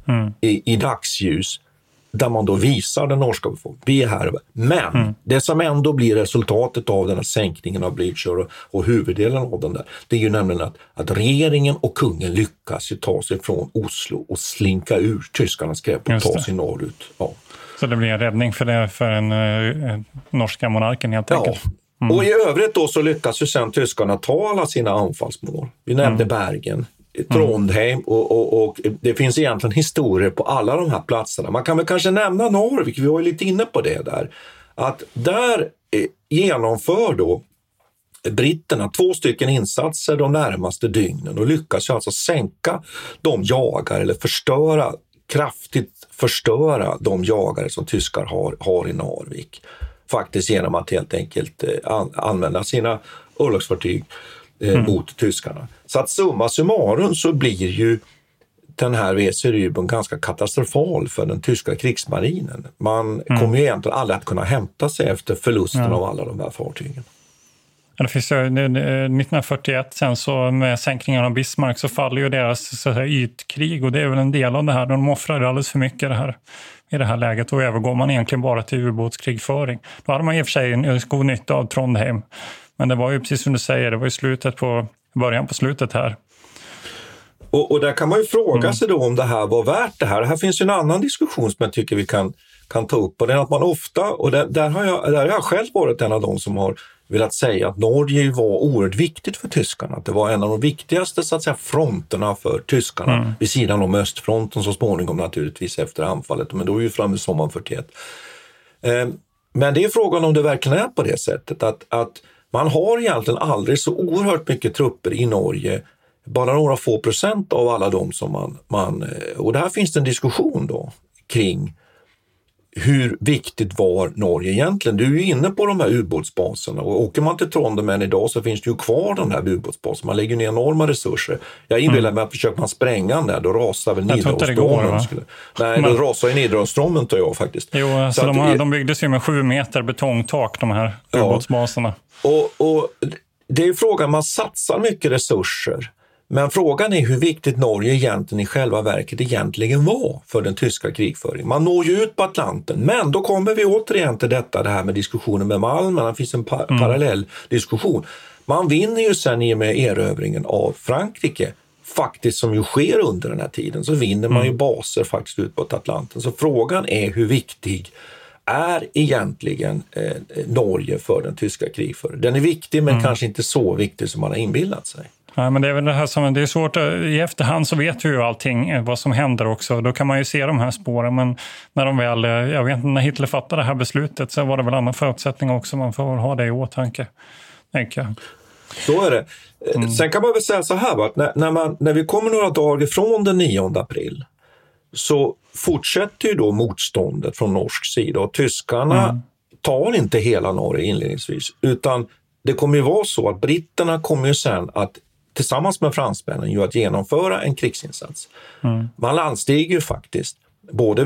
i dagsljus där man då visar den norska befolkningen. Vi är här. Men det som ändå blir resultatet av den här sänkningen av Blücher och huvuddelen av den där, det är ju nämligen att regeringen och kungen lyckas ju ta sig från Oslo och slinka ur tyskarnas grepp och ta sig norrut. Ja. Så det blir en räddning för den norska monarken helt enkelt. Och i övrigt då så lyckas ju sen tyskarna ta alla sina anfallsmål. Vi nämnde Bergen, Trondheim och det finns egentligen historier på alla de här platserna. Man kan väl kanske nämna Narvik, vi var ju lite inne på det där. Att där genomför då britterna 2 stycken insatser de närmaste dygnen och lyckas ju alltså sänka de jagare eller kraftigt förstöra de jagare som tyskar har i Narvik. Faktiskt genom att helt enkelt använda sina örlogsfartyg mot tyskarna. Så att summa summarum så blir ju den här WC Rüben ganska katastrofal för den tyska krigsmarinen. Man kommer ju egentligen aldrig att kunna hämta sig efter förlusten av alla de här fartygen. Det finns ju 1941 sen så med sänkningen av Bismarck så faller ju deras så att säga, ytkrig och det är väl en del av det här. De offrar alldeles för mycket i det här läget och övergår man egentligen bara till ubåtskrigföring. Då hade man i och för sig en god nytta av Trondheim. Men det var ju precis som du säger, det var ju början på slutet här. Och där kan man ju fråga sig då om det här var värt det här. Här finns ju en annan diskussion som jag tycker vi kan ta upp. Och det är att man ofta, och där har jag själv varit en av de som har velat säga att Norge var oerhört viktigt för tyskarna. Att det var en av de viktigaste så att säga, fronterna för tyskarna. Vid sidan om östfronten så småningom naturligtvis efter anfallet. Men då är vi framme i sommaren 41. Men det är frågan om det verkligen är på det sättet. Att man har egentligen aldrig så oerhört mycket trupper i Norge. Bara några få procent av alla de som man och där finns det en diskussion då kring hur viktigt var Norge egentligen. Du är ju inne på de här ubåtsbaserna och åker man till Trondheim än idag så finns det ju kvar de här ubåtsbaserna. Man lägger ner enorma resurser. Jag inbillar mig att försöker man spränga den där, då rasar väl Nidarosdomen. Nej, då rasar ju Nidarosdomen tror jag faktiskt. Jo, alltså de byggdes ju med 7 meter betongtak de här ubåtsbaserna. Och det är frågan, man satsar mycket resurser. Men frågan är hur viktigt Norge egentligen i själva verket egentligen var för den tyska krigföringen. Man når ju ut på Atlanten, men då kommer vi återigen till det här med diskussionen med Malmen. Det finns en parallell diskussion. Man vinner ju sen i och med erövringen av Frankrike, faktiskt som ju sker under den här tiden, så vinner man ju baser faktiskt ut på Atlanten. Så frågan är hur viktig är egentligen Norge för den tyska krigföringen. Den är viktig, men kanske inte så viktig som man har inbillat sig. Ja, men det är väl det här som det är svårt. I efterhand så vet vi ju allting vad som händer också. Då kan man ju se de här spåren. Men när de väl, jag vet inte, när Hitler fattade det här beslutet så var det väl annan förutsättning också. Man får ha det i åtanke, tänker jag. Så är det. Sen kan man väl säga så här, att när vi kommer några dagar från den 9 april så fortsätter ju då motståndet från norsk sida. Och tyskarna tar inte hela Norge inledningsvis, utan det kommer ju vara så att britterna kommer ju sen att tillsammans med fransmännen ju att genomföra en krigsinsats. Man landstiger ju faktiskt både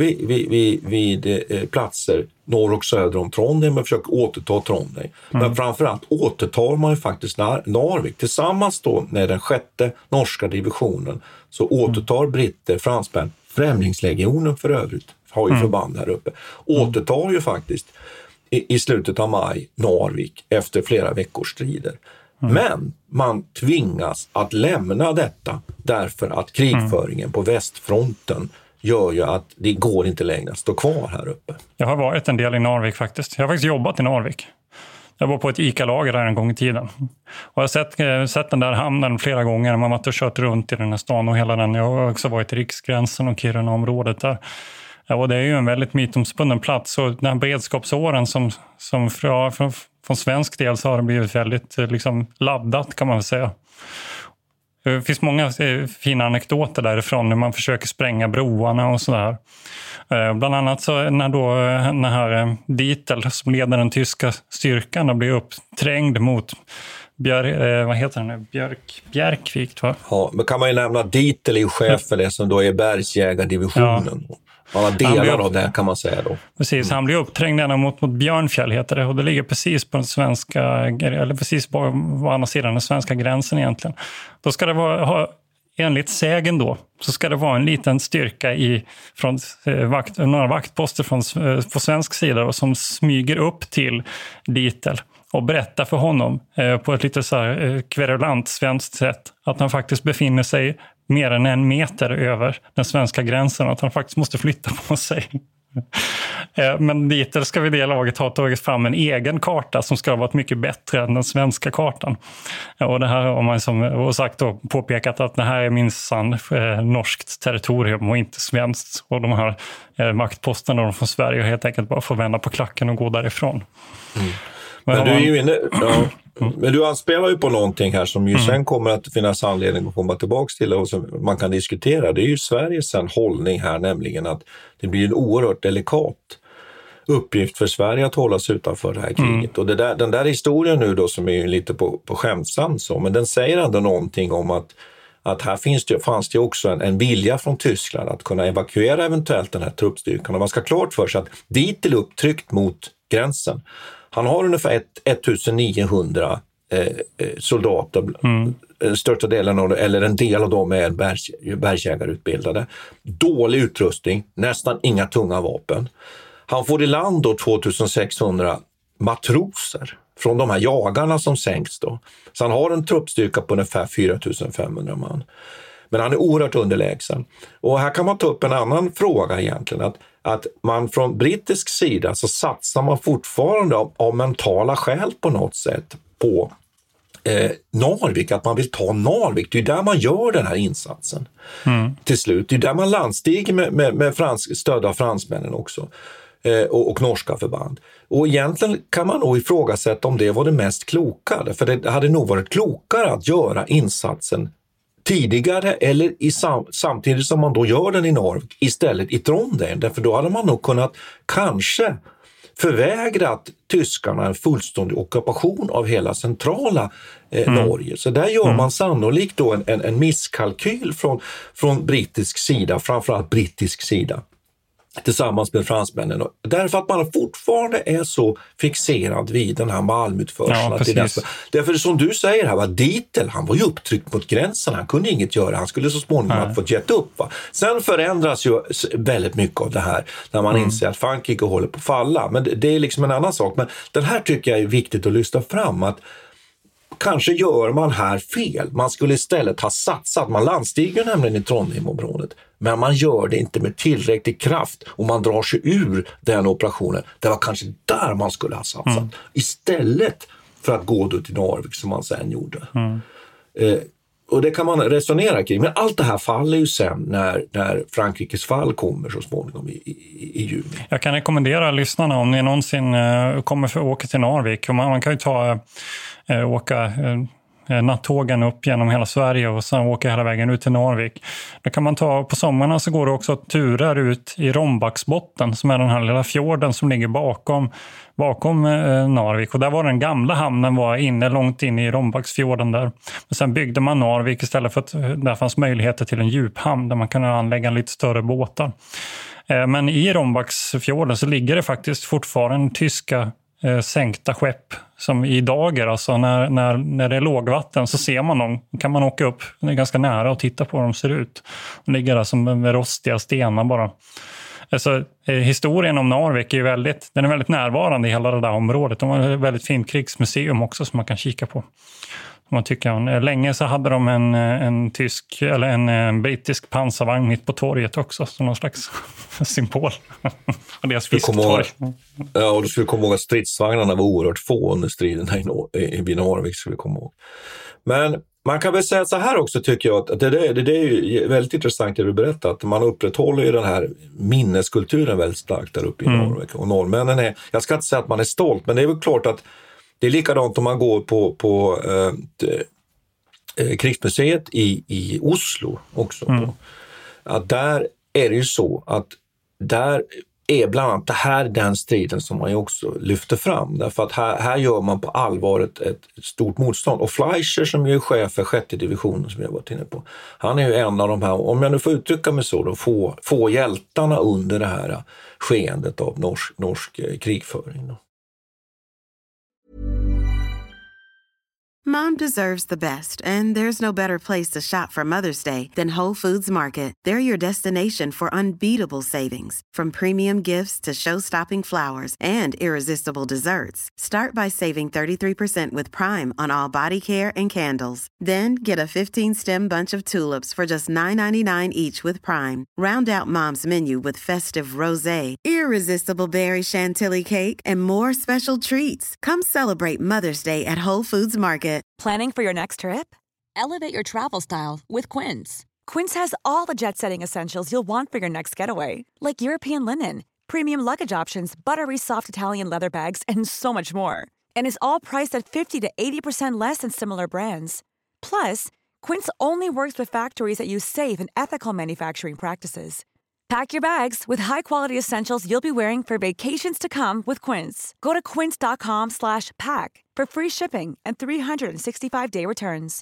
vid platser norr och söder om Trondheim och försöker återta Trondheim. Men framförallt återtar man ju faktiskt Narvik. Tillsammans då med den 6:e norska divisionen så återtar britter, fransmän, Främlingslegionen för övrigt, har ju förband här uppe, återtar ju faktiskt i slutet av maj Narvik efter flera veckors strider. Men man tvingas att lämna detta därför att krigföringen på västfronten gör ju att det går inte längre att stå kvar här uppe. Jag har varit en del i Narvik faktiskt. Jag har faktiskt jobbat i Narvik. Jag var på ett ICA-lager där en gång i tiden. Och jag har sett den där hamnen flera gånger. Man har varit och kört runt i den här stan och hela den. Jag har också varit i Riksgränsen och Kiruna-området där. Ja, och det är ju en väldigt mytomspunnen plats. Och den här beredskapsåren som från svensk del så har det blivit väldigt liksom laddat, kan man väl säga. Det finns många fina anekdoter därifrån när man försöker spränga broarna och sådär. Bland annat så när här Dietl som leder den tyska styrkan blir uppträngd mot Bjärkvik, va? Ja, men kan man ju nämna Dietl är chef för det som då är bergsjägardivisionen. Ja. Alla delar av det kan man säga då. Precis, han blir uppträngd ända mot Björnfjäll heter det, och det ligger precis på den svenska, eller precis på andra sidan den svenska gränsen egentligen. Då ska det vara, enligt sägen då, så ska det vara en liten styrka från några vaktposter på svensk sida då, som smyger upp till Dietl och berättar för honom på ett lite så här kverulant svenskt sätt att han faktiskt befinner sig mer än 1 meter över den svenska gränsen och att han faktiskt måste flytta på sig. Men Dietl ska vid det laget ha tagit fram en egen karta som ska ha varit mycket bättre än den svenska kartan. Och det här har man som sagt då påpekat att det här är minsann norskt territorium och inte svenskt. Och de här maktposterna från Sverige helt enkelt bara får vända på klacken och gå därifrån. Men du är ju inne... Ja. Men du anspelar ju på någonting här som ju sen kommer att finnas anledning att komma tillbaka till och som man kan diskutera. Det är ju Sveriges sen hållning här, nämligen att det blir en oerhört delikat uppgift för Sverige att hålla sig utanför det här kriget. Och den där historien nu då som är ju lite på skämtsamt så, men den säger ändå någonting om att här fanns det också en vilja från Tyskland att kunna evakuera eventuellt den här truppstyrkan. Och man ska klart för sig att dit är upptryckt mot gränsen. Han har ungefär 1900 soldater, största delen av, eller en del av dem är bergsjägarutbildade. Dålig utrustning, nästan inga tunga vapen. Han får i land då 2600 matroser från de här jagarna som sänks då. Så han har en truppstyrka på ungefär 4500 man. Men han är oerhört underlägsen. Och här kan man ta upp en annan fråga egentligen, att man från brittisk sida så satsar man fortfarande av mentala skäl på något sätt på Narvik, att man vill ta Narvik. Det är där man gör den här insatsen till slut. Det är där man landstiger med stöd av fransmännen också och norska förband. Och egentligen kan man nog ifrågasätta om det var det mest kloka, för det hade nog varit klokare att göra insatsen tidigare eller samtidigt som man då gör den i Narvik istället i Trondheim. Därför då hade man nog kunnat kanske förvägrat tyskarna en fullständig ockupation av hela centrala Norge. Så där gör man sannolikt då en misskalkyl från brittisk sida, framförallt brittisk sida. tillsammans med fransmännen. Därför att man fortfarande är så fixerad vid den här malmutförseln. Ja, därför som du säger här, Dietl, han var ju upptryckt mot gränsen. Han kunde inget göra. Han skulle så småningom få gett upp. Va? Sen förändras ju väldigt mycket av det här när man inser att Frankrike håller på att falla. Men det är liksom en annan sak. Men den här tycker jag är viktigt att lyfta fram, att kanske gör man här fel. Man skulle istället ha satsat. Man landstiger nämligen i Trondheimområdet. Men man gör det inte med tillräcklig kraft. Och man drar sig ur den operationen. Det var kanske där man skulle ha satsat. Istället för att gå då till Narvik som man sen gjorde. Och det kan man resonera kring. Men allt det här faller ju sen när Frankrikes fall kommer så småningom i juni. Jag kan rekommendera lyssnarna om ni någonsin kommer för att åka till Narvik. Man kan ju åka nattågen upp genom hela Sverige och sen åka hela vägen ut till Narvik. Då kan man på sommarna så går det också turer ut i Rombaksbotten som är den här lilla fjorden som ligger bakom Narvik. Och där var den gamla hamnen långt inne i Rombaksfjorden där. Men sen byggde man Narvik istället för att där fanns möjligheter till en djuphamn där man kunde anlägga lite större båtar. Men i Rombaksfjorden så ligger det faktiskt fortfarande tyska sänkta skepp som i dagar, alltså när det är lågvatten så ser man dem, kan man åka upp, det är ganska nära och titta på hur de ser ut. De ligger där som med rostiga stenar bara. Alltså, historien om Narvik är väldigt närvarande i hela det där området. De har ett väldigt fint krigsmuseum också som man kan kika på. Man tycker, länge så hade de en tysk eller en brittisk pansarvagn mitt på torget också som någon slags symbol. Och deras fisktorg. Ja, och då skulle vi komma ihåg att stridsvagnarna var oerhört få under striderna vid Narvik, skulle vi komma ihåg. Men man kan väl säga så här också, tycker jag, att det är ju väldigt intressant det du berättar, att man upprätthåller ju den här minneskulturen väldigt starkt där uppe i Narvik. Och norrmännen jag ska inte säga att man är stolt, men det är väl klart att det är likadant om man går på krigsmuseet i Oslo också. Att där är det ju så att där är bland annat det här den striden som man ju också lyfter fram. Därför att här gör man på allvar ett stort motstånd. Och Fleischer som ju är chef för 6:e divisionen som jag varit inne på. Han är ju en av de här, om jag nu får uttrycka mig så, då, få hjältarna under det här skeendet av norsk krigföring då. Mom deserves the best, and there's no better place to shop for Mother's Day than Whole Foods Market. They're your destination for unbeatable savings, from premium gifts to show-stopping flowers and irresistible desserts. Start by saving 33% with Prime on all body care and candles. Then get a 15-stem bunch of tulips for just $9.99 each with Prime. Round out Mom's menu with festive rosé, irresistible berry chantilly cake, and more special treats. Come celebrate Mother's Day at Whole Foods Market. Planning for your next trip? Elevate your travel style with Quince. Quince has all the jet-setting essentials you'll want for your next getaway, like European linen, premium luggage options, buttery soft Italian leather bags, and so much more. And is all priced at 50 to 80% less than similar brands. Plus, Quince only works with factories that use safe and ethical manufacturing practices. Pack your bags with high-quality essentials you'll be wearing for vacations to come with Quince. Go to quince.com/pack for free shipping and 365-day returns.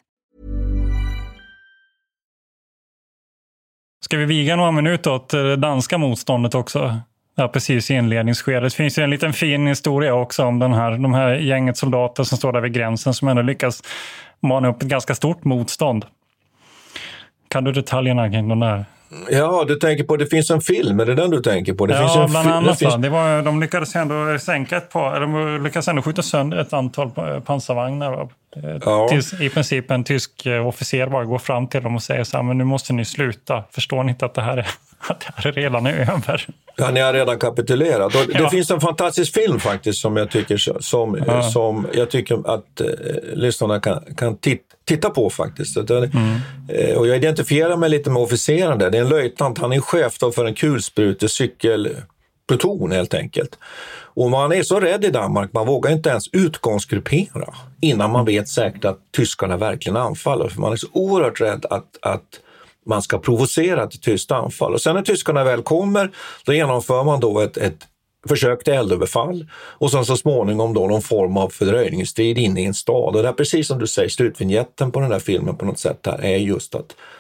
Ska vi viga några minuter åt det danska motståndet också? Ja, precis i inledningsskedet. Det finns ju en liten fin historia också om de här gänget soldater som står där vid gränsen som ändå lyckas mana upp ett ganska stort motstånd. Kan du detaljerna kring de där? Ja, du tänker på, det finns en film, är det den du tänker på? Det finns en bland annat. De lyckades ändå sänka de lyckades ändå skjuta sönder ett antal pansarvagnar. Tills i princip en tysk officer bara går fram till dem och säger så här, men nu måste ni sluta. Förstår ni inte att det här är redan över? Ja, ni har redan kapitulerat. Det finns en fantastisk film faktiskt som jag tycker som jag tycker att lyssnarna kan titta på faktiskt. Och jag identifierar mig lite med officeren där. Det är en löjtnant, han är chef för en kulsprute cykelpluton helt enkelt. Och man är så rädd i Danmark, man vågar inte ens utgångsgruppera innan man vet säkert att tyskarna verkligen anfaller. För man är så oerhört rädd att man ska provocera ett tyskt anfall. Och sen när tyskarna väl kommer, då genomför man då ett försök till eldöverfall. Och sen så småningom då någon form av fördröjningsstrid inne i en stad. Och det är precis som du säger, slutvinjetten på den där filmen på något sätt här är just att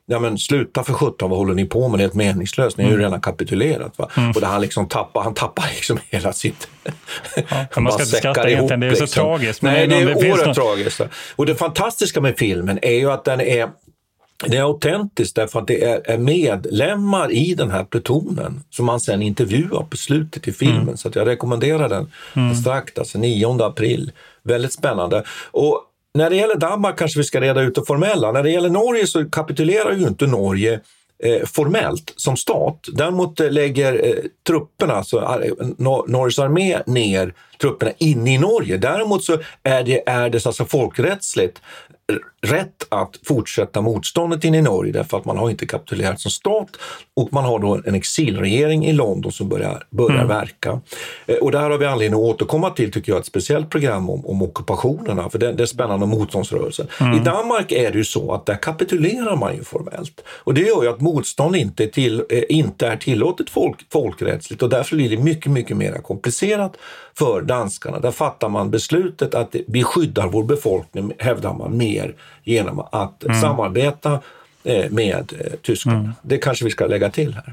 ja men sluta för 17, vad håller ni på med? Det är helt meningslöst, ni har ju redan kapitulerat. Va? Och där han liksom tappar liksom hela sitt... Ja, man ska inte skratta egentligen, det är så tragiskt. Nej, det är oerhört tragiskt. Och det fantastiska med filmen är ju att det är autentiskt därför att det är medlemmar i den här plutonen som man sen intervjuar på slutet i filmen. Så att jag rekommenderar den strax, alltså 9 april. Väldigt spännande. Och när det gäller Danmark kanske vi ska reda ut det formella. När det gäller Norge så kapitulerar ju inte Norge formellt som stat. Däremot lägger trupperna, alltså Norges armé, ner trupperna in i Norge. Däremot så är det alltså folkrättsligt rätt att fortsätta motståndet in i Norge därför att man har inte kapitulerat som stat och man har då en exilregering i London som börjar verka. Och där har vi anledning att återkomma till, tycker jag, ett speciellt program om ockupationerna, för det är spännande motståndsrörelsen. I Danmark är det ju så att där kapitulerar man ju formellt och det gör ju att motstånd inte är tillåtet folkrättsligt och därför blir det mycket, mycket mer komplicerat för danskarna. Där fattar man beslutet att vi skyddar vår befolkning, hävdar man, mer genom att samarbeta med Tyskland. Det kanske vi ska lägga till här.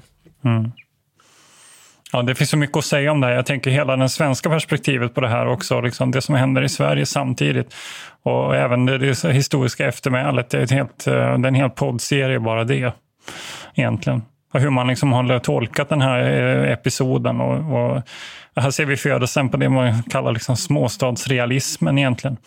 Ja, det finns så mycket att säga om det här. Jag tänker hela det svenska perspektivet på det här också. Liksom det som händer i Sverige samtidigt. Och även det historiska eftermälet. Det är en hel poddserie bara det. Egentligen. Och hur man liksom har tolkat den här episoden. Och här ser vi födelsen på det man kallar liksom småstadsrealismen egentligen.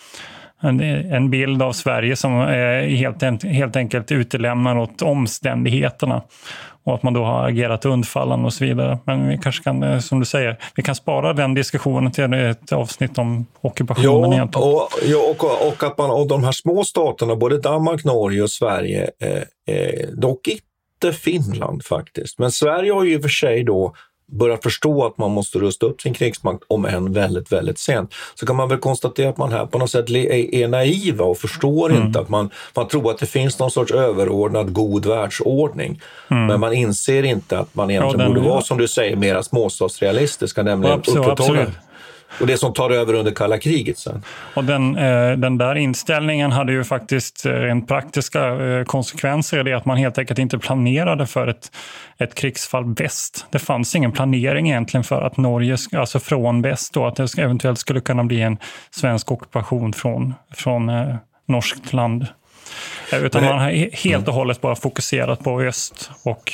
En bild av Sverige som är helt enkelt utelämnad åt omständigheterna och att man då har agerat undfallande och så vidare. Men vi kanske kan, som du säger, vi kan spara den diskussionen till ett avsnitt om ockupationen egentligen. Och att man av de här små staterna, både Danmark, Norge och Sverige, dock inte Finland faktiskt. Men Sverige har ju i och för sig då börjar förstå att man måste rusta upp sin krigsmakt, om än väldigt, väldigt sent. Så kan man väl konstatera att man här på något sätt är naiva och förstår inte att man tror att det finns någon sorts överordnad god världsordning. Men man inser inte att man egentligen borde vara, som du säger, mera småstatsrealistiska, nämligen upprätthålla. Och det som tar över under kalla kriget sen. Och den där inställningen hade ju faktiskt en praktiska konsekvenser i det att man helt enkelt inte planerade för ett krigsfall väst. Det fanns ingen planering egentligen för att Norge, alltså från väst då, att det eventuellt skulle kunna bli en svensk ockupation från norskt land. Utan man har helt och hållet bara fokuserat på öst och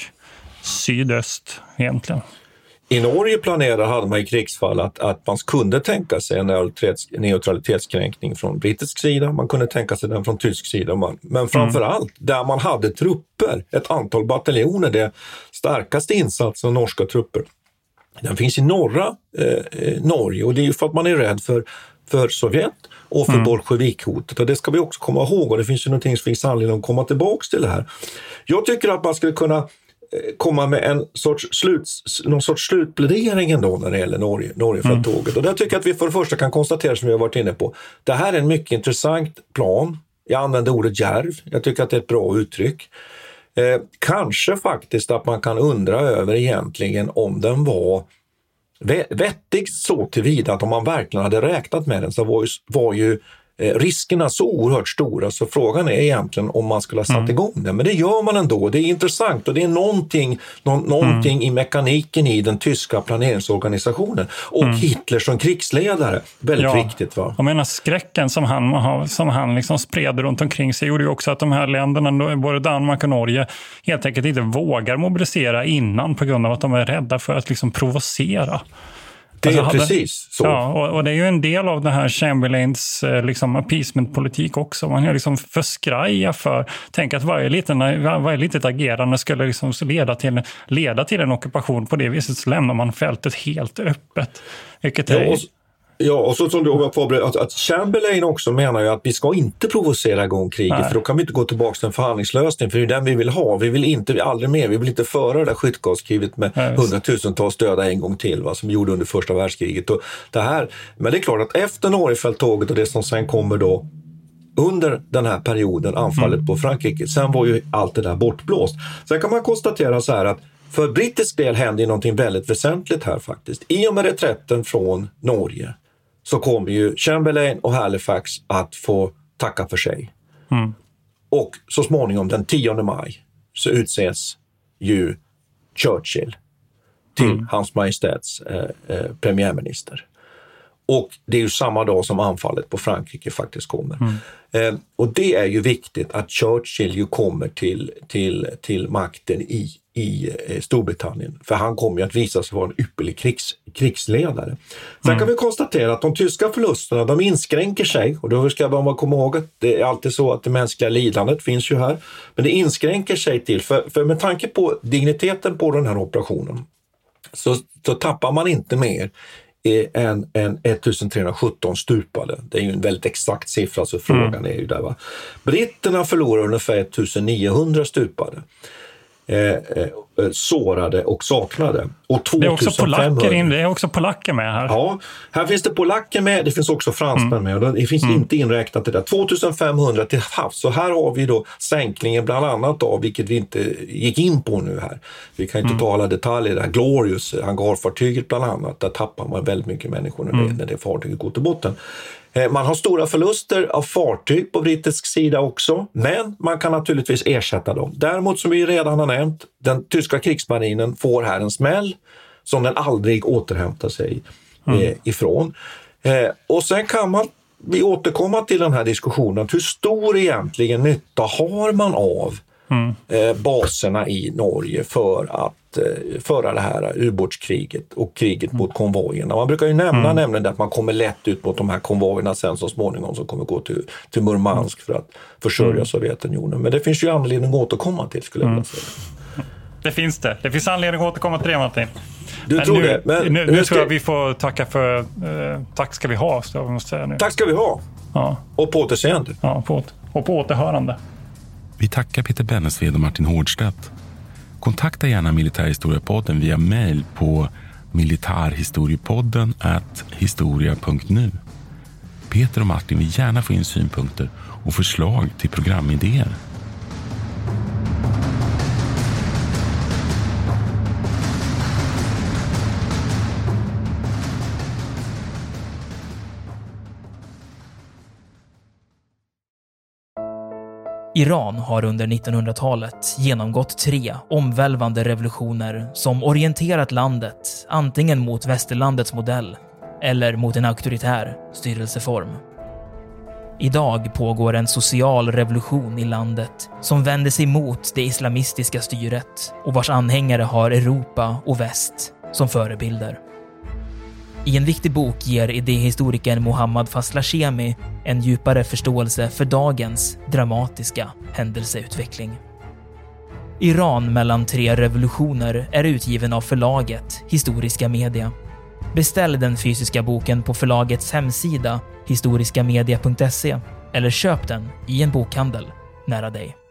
sydöst egentligen. I Norge hade man i krigsfall att man kunde tänka sig en neutralitetskränkning från brittisk sida, man kunde tänka sig den från tysk sida, men framförallt där man hade trupper, ett antal bataljoner, det starkaste insatsen av norska trupper. Den finns i norra Norge och det är ju för att man är rädd för Sovjet och för bolsjevikhotet, och det ska vi också komma ihåg, och det finns ju någonting som finns anledning att komma tillbaka till det här. Jag tycker att man skulle kunna komma med någon sorts slutplädering ändå när det gäller Norgefälttåget. Och där tycker jag att vi för det första kan konstatera, som vi har varit inne på, det här är en mycket intressant plan. Jag använder ordet djärv. Jag tycker att det är ett bra uttryck. Kanske faktiskt att man kan undra över egentligen om den var vettig så tillvida att om man verkligen hade räknat med den så var ju riskerna så oerhört stora, så frågan är egentligen om man skulle ha satt igång den. Men det gör man ändå. Det är intressant och det är någonting i mekaniken i den tyska planeringsorganisationen och Hitler som krigsledare. Väldigt viktigt, va? Jag menar, skräcken som han liksom spred runt omkring sig gjorde ju också att de här länderna, både Danmark och Norge, helt enkelt inte vågar mobilisera innan på grund av att de är rädda för att liksom provocera. Det är precis så. Ja, och det är ju en del av den här Chamberlains liksom appeasement-politik också. Man är liksom för skraja för tänk att varje litet agerande skulle liksom leda till en ockupation. På det viset så lämnar man fältet helt öppet. Vilket är... Ja, och så som du har förberett, att Chamberlain också menar ju att vi ska inte provocera igång kriget, för då kan vi inte gå tillbaka till en förhandlingslösning, för det är den vi vill ha. Vi vill aldrig mer, vi vill inte föra det där skyttegravskriget med hundratusentals döda en gång till, som vi gjorde under första världskriget. Och det här, men det är klart att efter Norgefälttåget och det som sen kommer då under den här perioden, anfallet på Frankrike, sen var ju allt det där bortblåst. Sen kan man konstatera så här att för brittisk del händer ju någonting väldigt väsentligt här faktiskt. I och med reträtten från Norge så kommer ju Chamberlain och Halifax att få tacka för sig. Och så småningom den 10 maj så utses ju Churchill till Hans Majestäts premiärminister. Och det är ju samma dag som anfallet på Frankrike faktiskt kommer. Och det är ju viktigt att Churchill ju kommer till makten i Storbritannien. För han kommer ju att visa sig vara en ypperlig krigsledare. Sen kan vi konstatera att de tyska förlusterna, de inskränker sig. Och då ska man komma ihåg att det är alltid så att det mänskliga lidandet finns ju här. Men det inskränker sig till, för med tanke på digniteten på den här operationen så tappar man inte mer än 1317 stupade. Det är ju en väldigt exakt siffra, så frågan är ju där, va. Britterna förlorar ungefär 1900 stupade. Sårade och saknade. Och 2500. Det är också polacker med här. Ja, här finns det polacker med, det finns också fransmän med, och det finns inte inräknat det där. 2500 till havs. Så här har vi då sänkningen bland annat av, vilket vi inte gick in på nu här. Vi kan inte ta alla detaljer där. Glorious, hangarfartyget bland annat, där tappar man väldigt mycket människor när det fartyget går till botten. Man har stora förluster av fartyg på brittisk sida också, men man kan naturligtvis ersätta dem. Däremot, som vi redan har nämnt, den tyska krigsmarinen får här en smäll som den aldrig återhämtar sig ifrån. Och sen kan vi återkomma till den här diskussionen. Hur stor egentligen nytta har man av baserna i Norge för att föra det här ubåtskriget och kriget mot konvojerna? Man brukar ju nämligen att man kommer lätt ut mot de här konvojerna sen så småningom, som kommer gå till Murmansk för att försörja Sovjetunionen. Men det finns ju anledning att återkomma till, skulle jag vilja säga. Det finns anledning att återkomma till det, Martin. Du tror det? Men nu tror jag vi får tacka för... tack ska vi ha, så jag måste säga nu. Tack ska vi ha. Ja. Och på återseende. Ja, och på återhörande. Vi tackar Peter Bennesved och Martin Hårdstedt. Kontakta gärna Militärhistoriepodden via mejl på militarhistoriepodden@historia.nu. Peter och Martin vill gärna få in synpunkter och förslag till programidéer. Iran har under 1900-talet genomgått 3 omvälvande revolutioner som orienterat landet antingen mot västerlandets modell eller mot en auktoritär styrelseform. Idag pågår en social revolution i landet som vänder sig mot det islamistiska styret och vars anhängare har Europa och väst som förebilder. I en viktig bok ger idéhistorikern Mohammad Faslashemi en djupare förståelse för dagens dramatiska händelseutveckling. Iran mellan 3 revolutioner är utgiven av förlaget Historiska Media. Beställ den fysiska boken på förlagets hemsida historiskamedia.se eller köp den i en bokhandel nära dig.